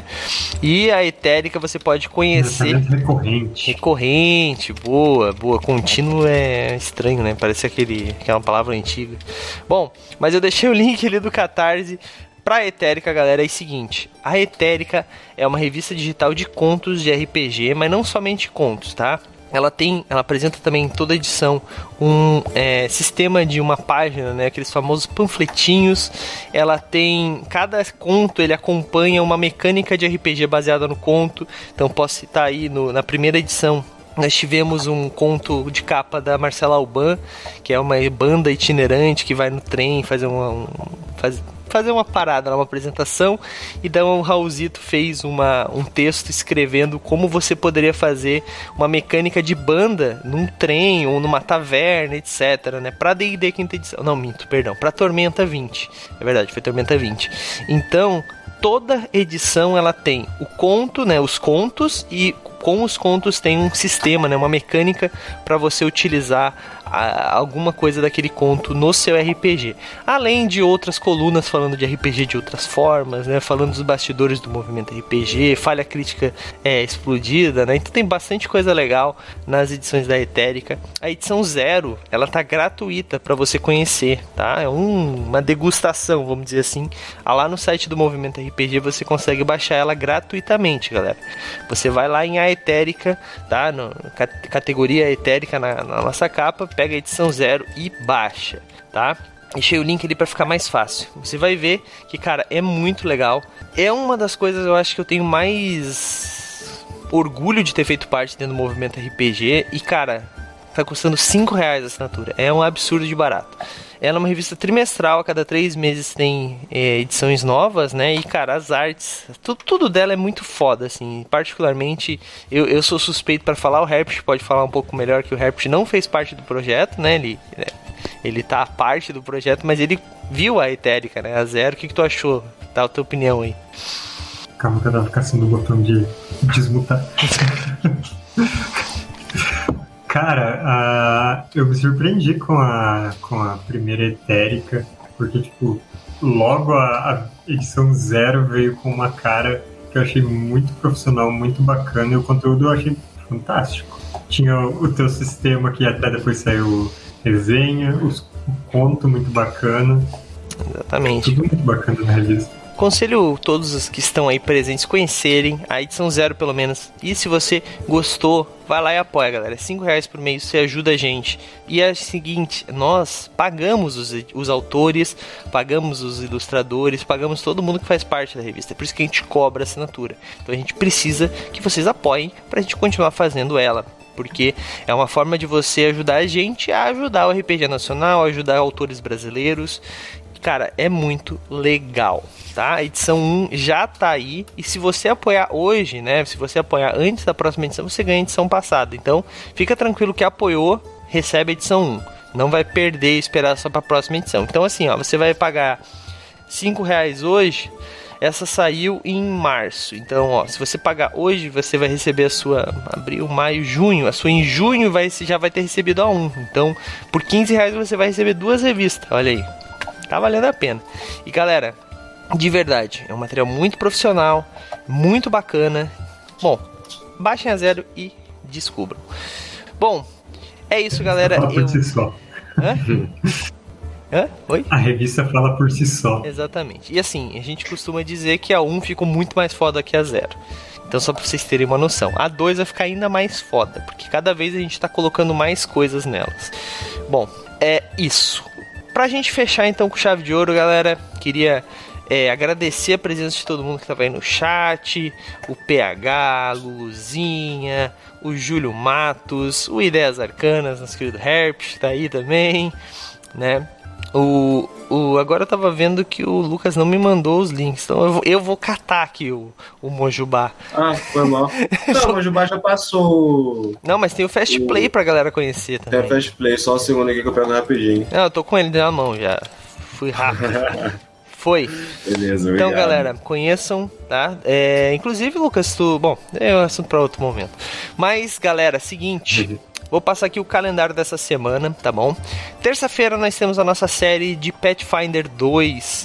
e a Etérica você pode conhecer... Recorrente. Recorrente, boa, boa, contínuo é estranho, né, parece aquele, aquela palavra antiga. Bom, mas eu deixei o link ali do Catarse pra Etérica, galera. É o seguinte, a Etérica é uma revista digital de contos de R P G, mas não somente contos, tá? Ela tem, ela apresenta também em toda edição um é, sistema de uma página, né? Aqueles famosos panfletinhos. Ela tem, cada conto ele acompanha uma mecânica de R P G baseada no conto. Então posso citar aí no, na primeira edição. Nós tivemos um conto de capa da Marcela Alban, que é uma banda itinerante que vai no trem fazer uma, um, faz, fazer uma parada, uma apresentação, e então o Raulzito fez uma, um texto escrevendo como você poderia fazer uma mecânica de banda num trem ou numa taverna, etc, né, pra D e D quinta edição, não, minto, perdão, pra Tormenta vinte, é verdade, foi Tormenta vinte, então toda edição ela tem o conto, né, os contos, e com os contos tem um sistema, né, uma mecânica para você utilizar a, alguma coisa daquele conto no seu R P G. Além de outras colunas falando de R P G de outras formas, né, falando dos bastidores do movimento R P G, falha crítica é, explodida, né, então tem bastante coisa legal nas edições da Etérica. A edição zero, ela tá gratuita para você conhecer, tá? É um, uma degustação, vamos dizer assim. Lá no site do Movimento R P G você consegue baixar ela gratuitamente, galera. Você vai lá em A Etérica, tá? No, categoria Etérica na, na nossa capa, pega a edição zero e baixa, tá? Deixei o link ali para ficar mais fácil. Você vai ver que, cara, é muito legal. É uma das coisas, eu acho, que eu tenho mais orgulho de ter feito parte dentro do Movimento R P G. E, cara, tá custando cinco reais a assinatura. É um absurdo de barato. Ela é uma revista trimestral, a cada três meses tem é, edições novas, né? E, cara, as artes, tudo, tudo dela é muito foda, assim. Particularmente, eu, eu sou suspeito para falar, o Herpes pode falar um pouco melhor, que o Herpes não fez parte do projeto, né? Ele, ele tá a parte do projeto, mas ele viu a Etérica, né? A Zero. O que, que tu achou? Dá a tua opinião aí. Calma que eu tava caçando o botão de desmutar. Cara, uh, eu me surpreendi com a, com a primeira Etérica, porque, tipo, logo a, a edição zero veio com uma cara que eu achei muito profissional, muito bacana, e o conteúdo eu achei fantástico. Tinha o, o teu sistema, que até depois saiu resenha, os, o conto muito bacana. Exatamente. Tudo muito bacana na revista. Aconselho todos os que estão aí presentes conhecerem a edição zero, pelo menos. E se você gostou, vai lá e apoia, galera. cinco reais por mês, você ajuda a gente. E é o seguinte, nós pagamos os, os autores, pagamos os ilustradores, pagamos todo mundo que faz parte da revista. É por isso que a gente cobra a assinatura. Então a gente precisa que vocês apoiem pra gente continuar fazendo ela. Porque é uma forma de você ajudar a gente a ajudar o R P G Nacional, a ajudar autores brasileiros. Cara, é muito legal, tá? A edição um já tá aí. E se você apoiar hoje, né? Se você apoiar antes da próxima edição, você ganha a edição passada. Então, fica tranquilo que apoiou, recebe a edição um. Não vai perder e esperar só pra próxima edição. Então, assim, ó, você vai pagar cinco reais hoje. Essa saiu em março. Então, ó, se você pagar hoje, você vai receber a sua abril, maio, junho. A sua em junho vai, já vai ter recebido a um. Então, por quinze reais você vai receber duas revistas. Olha aí. Tá valendo a pena. E galera, de verdade, é um material muito profissional, muito bacana. Bom, baixem a Zero e descubram. Bom, é isso, galera. Fala por eu... si só. Hã? Hã? Oi? A revista fala por si só. Exatamente. E assim, a gente costuma dizer que a um ficou muito mais foda que a zero. Então, só pra vocês terem uma noção. A dois vai ficar ainda mais foda, porque cada vez a gente tá colocando mais coisas nelas. Bom, é isso. Pra gente fechar então com chave de ouro, galera, queria é, agradecer a presença de todo mundo que tava aí no chat, o P H, a Luluzinha, o Júlio Matos, o Ideias Arcanas, nosso querido Herpes, tá aí também, né? O, o, agora eu tava vendo que o Lucas não me mandou os links, então eu vou, eu vou catar aqui o, o Mojubá. Ah, foi mal. Não, o Mojubá já passou. Não, mas tem o Fast Play o... pra galera conhecer também. Tem o Fast Play, só um segundo aqui que eu pego rapidinho. Não, eu tô com ele na mão já. Fui rápido. Foi. Beleza, então, obrigado. galera, conheçam, tá? É, inclusive, Lucas, tu... Bom, é um assunto pra outro momento. Mas, galera, seguinte... Uhum. Vou passar aqui o calendário dessa semana, tá bom? Terça-feira nós temos a nossa série de Pathfinder dois,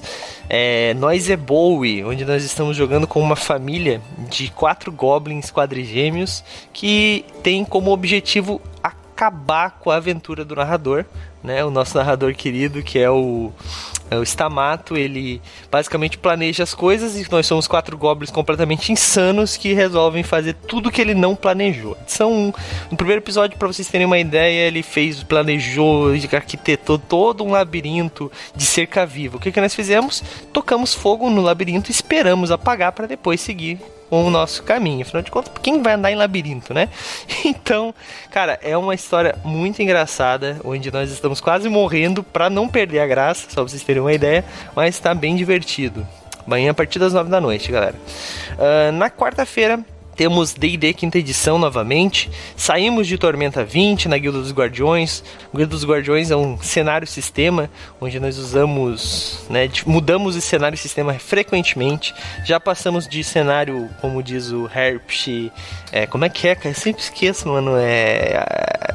é, Nós é Bowie, onde nós estamos jogando com uma família de quatro goblins quadrigêmeos que tem como objetivo acabar com a aventura do narrador, né? O nosso narrador querido, que é o... O Stamato, ele basicamente planeja as coisas e nós somos quatro goblins completamente insanos que resolvem fazer tudo que ele não planejou. São, no primeiro episódio, para vocês terem uma ideia, ele fez, planejou, arquitetou todo um labirinto de cerca viva. O que, que nós fizemos? Tocamos fogo no labirinto e esperamos apagar para depois seguir o nosso caminho. Afinal de contas, quem vai andar em labirinto, né? Então, cara, é uma história muito engraçada, onde nós estamos quase morrendo para não perder a graça, só pra vocês terem uma ideia, mas tá bem divertido. Amanhã a partir das nove da noite, galera. Uh, na quarta-feira temos D e D quinta edição novamente. Saímos de Tormenta vinte na Guilda dos Guardiões. A Guilda dos Guardiões é um cenário-sistema onde nós usamos, né, mudamos de cenário-sistema frequentemente. Já passamos de cenário, como diz o Herpes, é, como é que é, cara? Eu sempre esqueço, mano. É...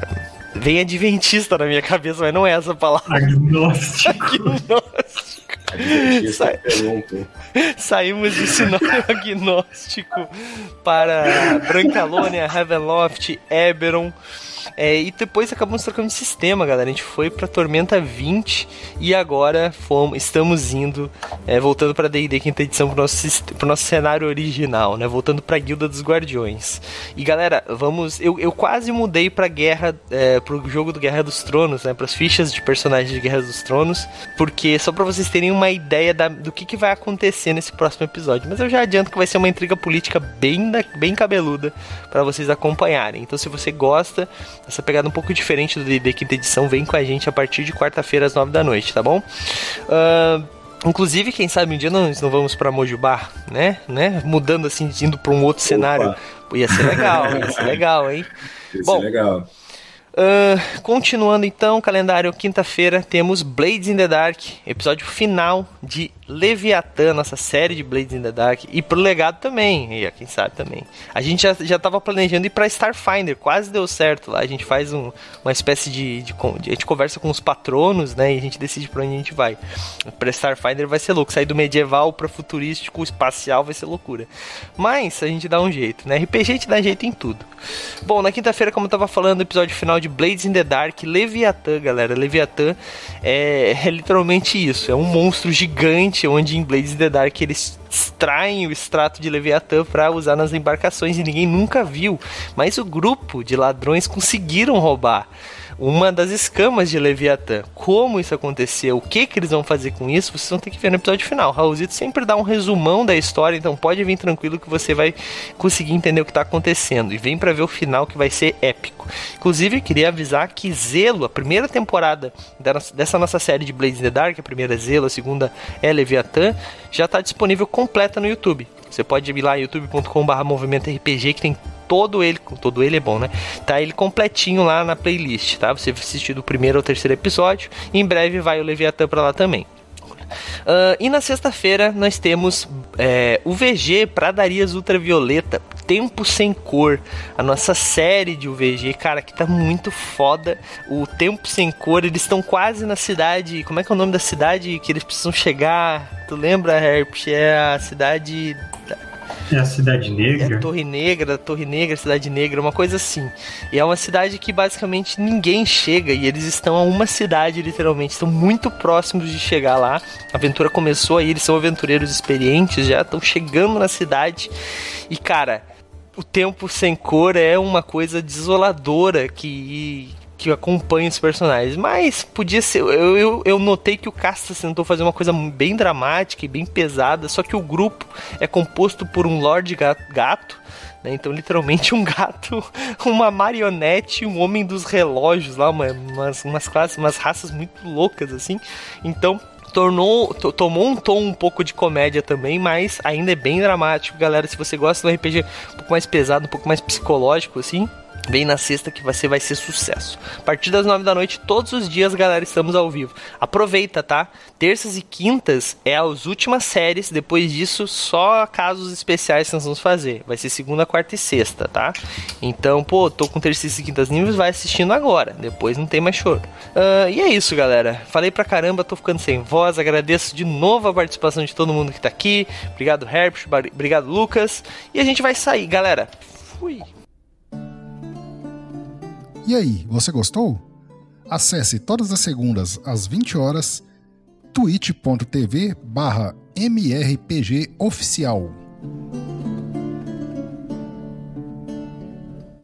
Vem adventista na minha cabeça, mas não é essa palavra. Agnóstico. Agnóstico. Sa... Saímos de cenário agnóstico para Brancalônia, Ravenloft, Eberron. É, e depois acabamos trocando de sistema, galera. A gente foi pra Tormenta vinte e agora fomos, estamos indo, é, voltando pra D e D quinta edição pro nosso, pro nosso cenário original, né? Voltando pra Guilda dos Guardiões. E galera, vamos. Eu, eu quase mudei pra guerra, é, pro jogo do Guerra dos Tronos, né? Pras fichas de personagens de Guerra dos Tronos. Porque, só pra vocês terem uma ideia da, do que, que vai acontecer nesse próximo episódio. Mas eu já adianto que vai ser uma intriga política bem, bem cabeluda pra vocês acompanharem. Então, se você gosta Essa pegada um pouco diferente do D e D quinta edição vem com a gente a partir de quarta-feira às nove da noite, tá bom? Uh, inclusive, quem sabe um dia nós não vamos pra Mojubá, né? né? Mudando assim, indo pra um outro Opa. cenário. Ia ser legal, ia ser legal, hein? Ia bom, ser legal. Uh, continuando então, calendário, quinta-feira temos Blades in the Dark, episódio final de Leviatã, nossa série de Blades in the Dark, e pro legado também, e quem sabe também. A gente já, já tava planejando ir pra Starfinder, quase deu certo lá, a gente faz um, uma espécie de, de, de... A gente conversa com os patronos, né, e a gente decide pra onde a gente vai. Pra Starfinder vai ser louco, sair do medieval pra futurístico, espacial vai ser loucura. Mas a gente dá um jeito, né, R P G a gente dá jeito em tudo. Bom, na quinta-feira, como eu tava falando, episódio final de Blades in the Dark, Leviatã, galera. Leviatã é, é literalmente isso, é um monstro gigante, onde em Blades in the Dark eles extraem o extrato de Leviatã para usar nas embarcações e ninguém nunca viu, mas o grupo de ladrões conseguiram roubar uma das escamas de Leviatã. Como isso aconteceu, o que que eles vão fazer com isso, vocês vão ter que ver no episódio final. Raulzito sempre dá um resumão da história, então pode vir tranquilo que você vai conseguir entender o que está acontecendo. E vem para ver o final, que vai ser épico. Inclusive, queria avisar que Zelo, a primeira temporada dessa nossa série de Blades in the Dark, a primeira é Zelo, a segunda é Leviatã, já está disponível completa no YouTube. Você pode ir lá youtube ponto com barra movimento R P G, que tem todo ele, todo ele é bom, né? Tá ele completinho lá na playlist, tá? Você assistir do primeiro ao terceiro episódio, e em breve vai o Leviatã pra lá também. Uh, e na sexta-feira nós temos é, U V G, Pradarias Ultravioleta, Tempo Sem Cor, a nossa série de U V G, cara, que tá muito foda. O Tempo Sem Cor, eles estão quase na cidade, como é que é o nome da cidade que eles precisam chegar? Tu lembra, Herp? É a cidade... É a Cidade Negra? É Torre Negra, Torre Negra, Cidade Negra, uma coisa assim. E é uma cidade que basicamente ninguém chega, e eles estão a uma cidade, literalmente. Estão muito próximos de chegar lá. A aventura começou aí, eles são aventureiros experientes, já estão chegando na cidade. E, cara, o Tempo Sem Cor é uma coisa desoladora que... que acompanha os personagens, mas podia ser, eu, eu, eu notei que o Castas tentou fazer uma coisa bem dramática e bem pesada, só que o grupo é composto por um Lorde Gato, né? Então literalmente um gato, uma marionete, um homem dos relógios lá, uma, umas, umas classes, umas raças muito loucas assim, então... Tornou, to, tomou um tom um pouco de comédia também, mas ainda é bem dramático, galera. Se você gosta do R P G um pouco mais pesado, um pouco mais psicológico, assim, vem na sexta que você vai ser sucesso. A partir das nove da noite, todos os dias, galera, estamos ao vivo. Aproveita, tá? Terças e quintas é as últimas séries. Depois disso, só casos especiais que nós vamos fazer. Vai ser segunda, quarta e sexta, tá? Então, pô, tô com terças e quintas níveis, vai assistindo agora. Depois não tem mais choro. Uh, e é isso, galera. Falei pra caramba, tô ficando sem voz. Agradeço de novo a participação de todo mundo que tá aqui. Obrigado, Herbst. Obrigado, Lucas. E a gente vai sair, galera. Fui. E aí, você gostou? Acesse todas as segundas às vinte horas twitch ponto tv barra M R P G oficial.